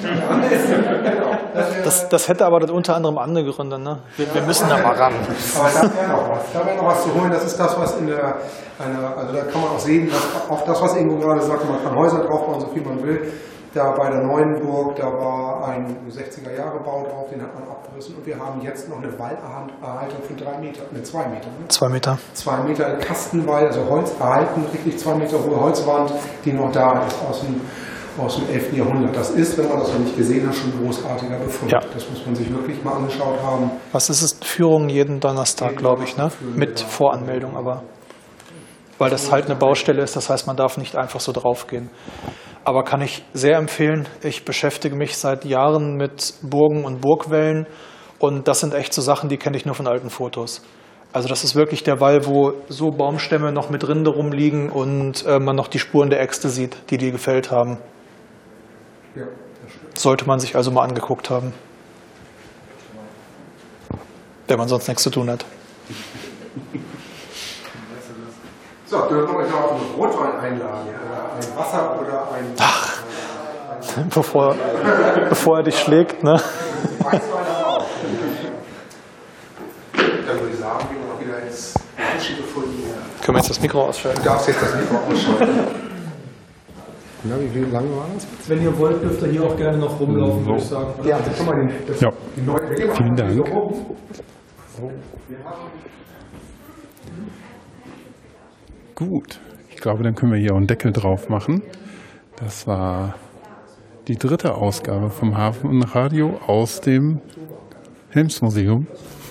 wäre Das hätte aber das unter anderem andere Gründe. Ne? Wir müssen da mal ran. Aber da wäre noch was. Da wäre noch was zu holen. Das ist das, was also da kann man auch sehen, dass auch das, was Ingo gerade sagte, man kann Häuser draufbauen, so viel man will. Da bei der Neuen Burg, da war ein 60er-Jahre-Bau drauf, den hat man abgerissen. Und wir haben jetzt noch eine Wallerhaltung von 3 Meter, 2 Meter. Ne? 2 Meter. 2 Meter Kastenwall, also Holz erhalten, richtig 2 Meter hohe Holzwand, die noch da ist aus dem 11. Jahrhundert. Das ist, wenn man das noch nicht gesehen hat, schon ein großartiger Befund. Ja. Das muss man sich wirklich mal angeschaut haben. Was ist es? Führung jeden Donnerstag, glaube ich, ne? Mit Voranmeldung, aber weil das halt eine Baustelle ist, das heißt, man darf nicht einfach so draufgehen. Aber kann ich sehr empfehlen. Ich beschäftige mich seit Jahren mit Burgen und Burgwällen und das sind echt so Sachen, die kenne ich nur von alten Fotos. Also das ist wirklich der Wall, wo so Baumstämme noch mit Rinde rumliegen und man noch die Spuren der Äxte sieht, die gefällt haben. Ja, das stimmt. Sollte man sich also mal angeguckt haben. Wenn man sonst nichts zu tun hat. So, dürfen wir euch noch auf einen Rotwein einladen? Oder ein Wasser oder ein... Bevor er dich schlägt, ne? Weißwein aber auch. Dann würde ich sagen, gehen wir noch wieder ins Sushi gefunden. Können wir jetzt das Mikro ausschalten? Du darfst jetzt das Mikro ausschalten. Na, wie lange war das? Wenn ihr wollt, dürft ihr hier auch gerne noch rumlaufen, würde ich sagen. Ja, also schon mal die neue... Vielen Dank. Gut, ich glaube, dann können wir hier auch einen Deckel drauf machen. Das war die 3. Ausgabe vom Hafenradio aus dem Helmsmuseum.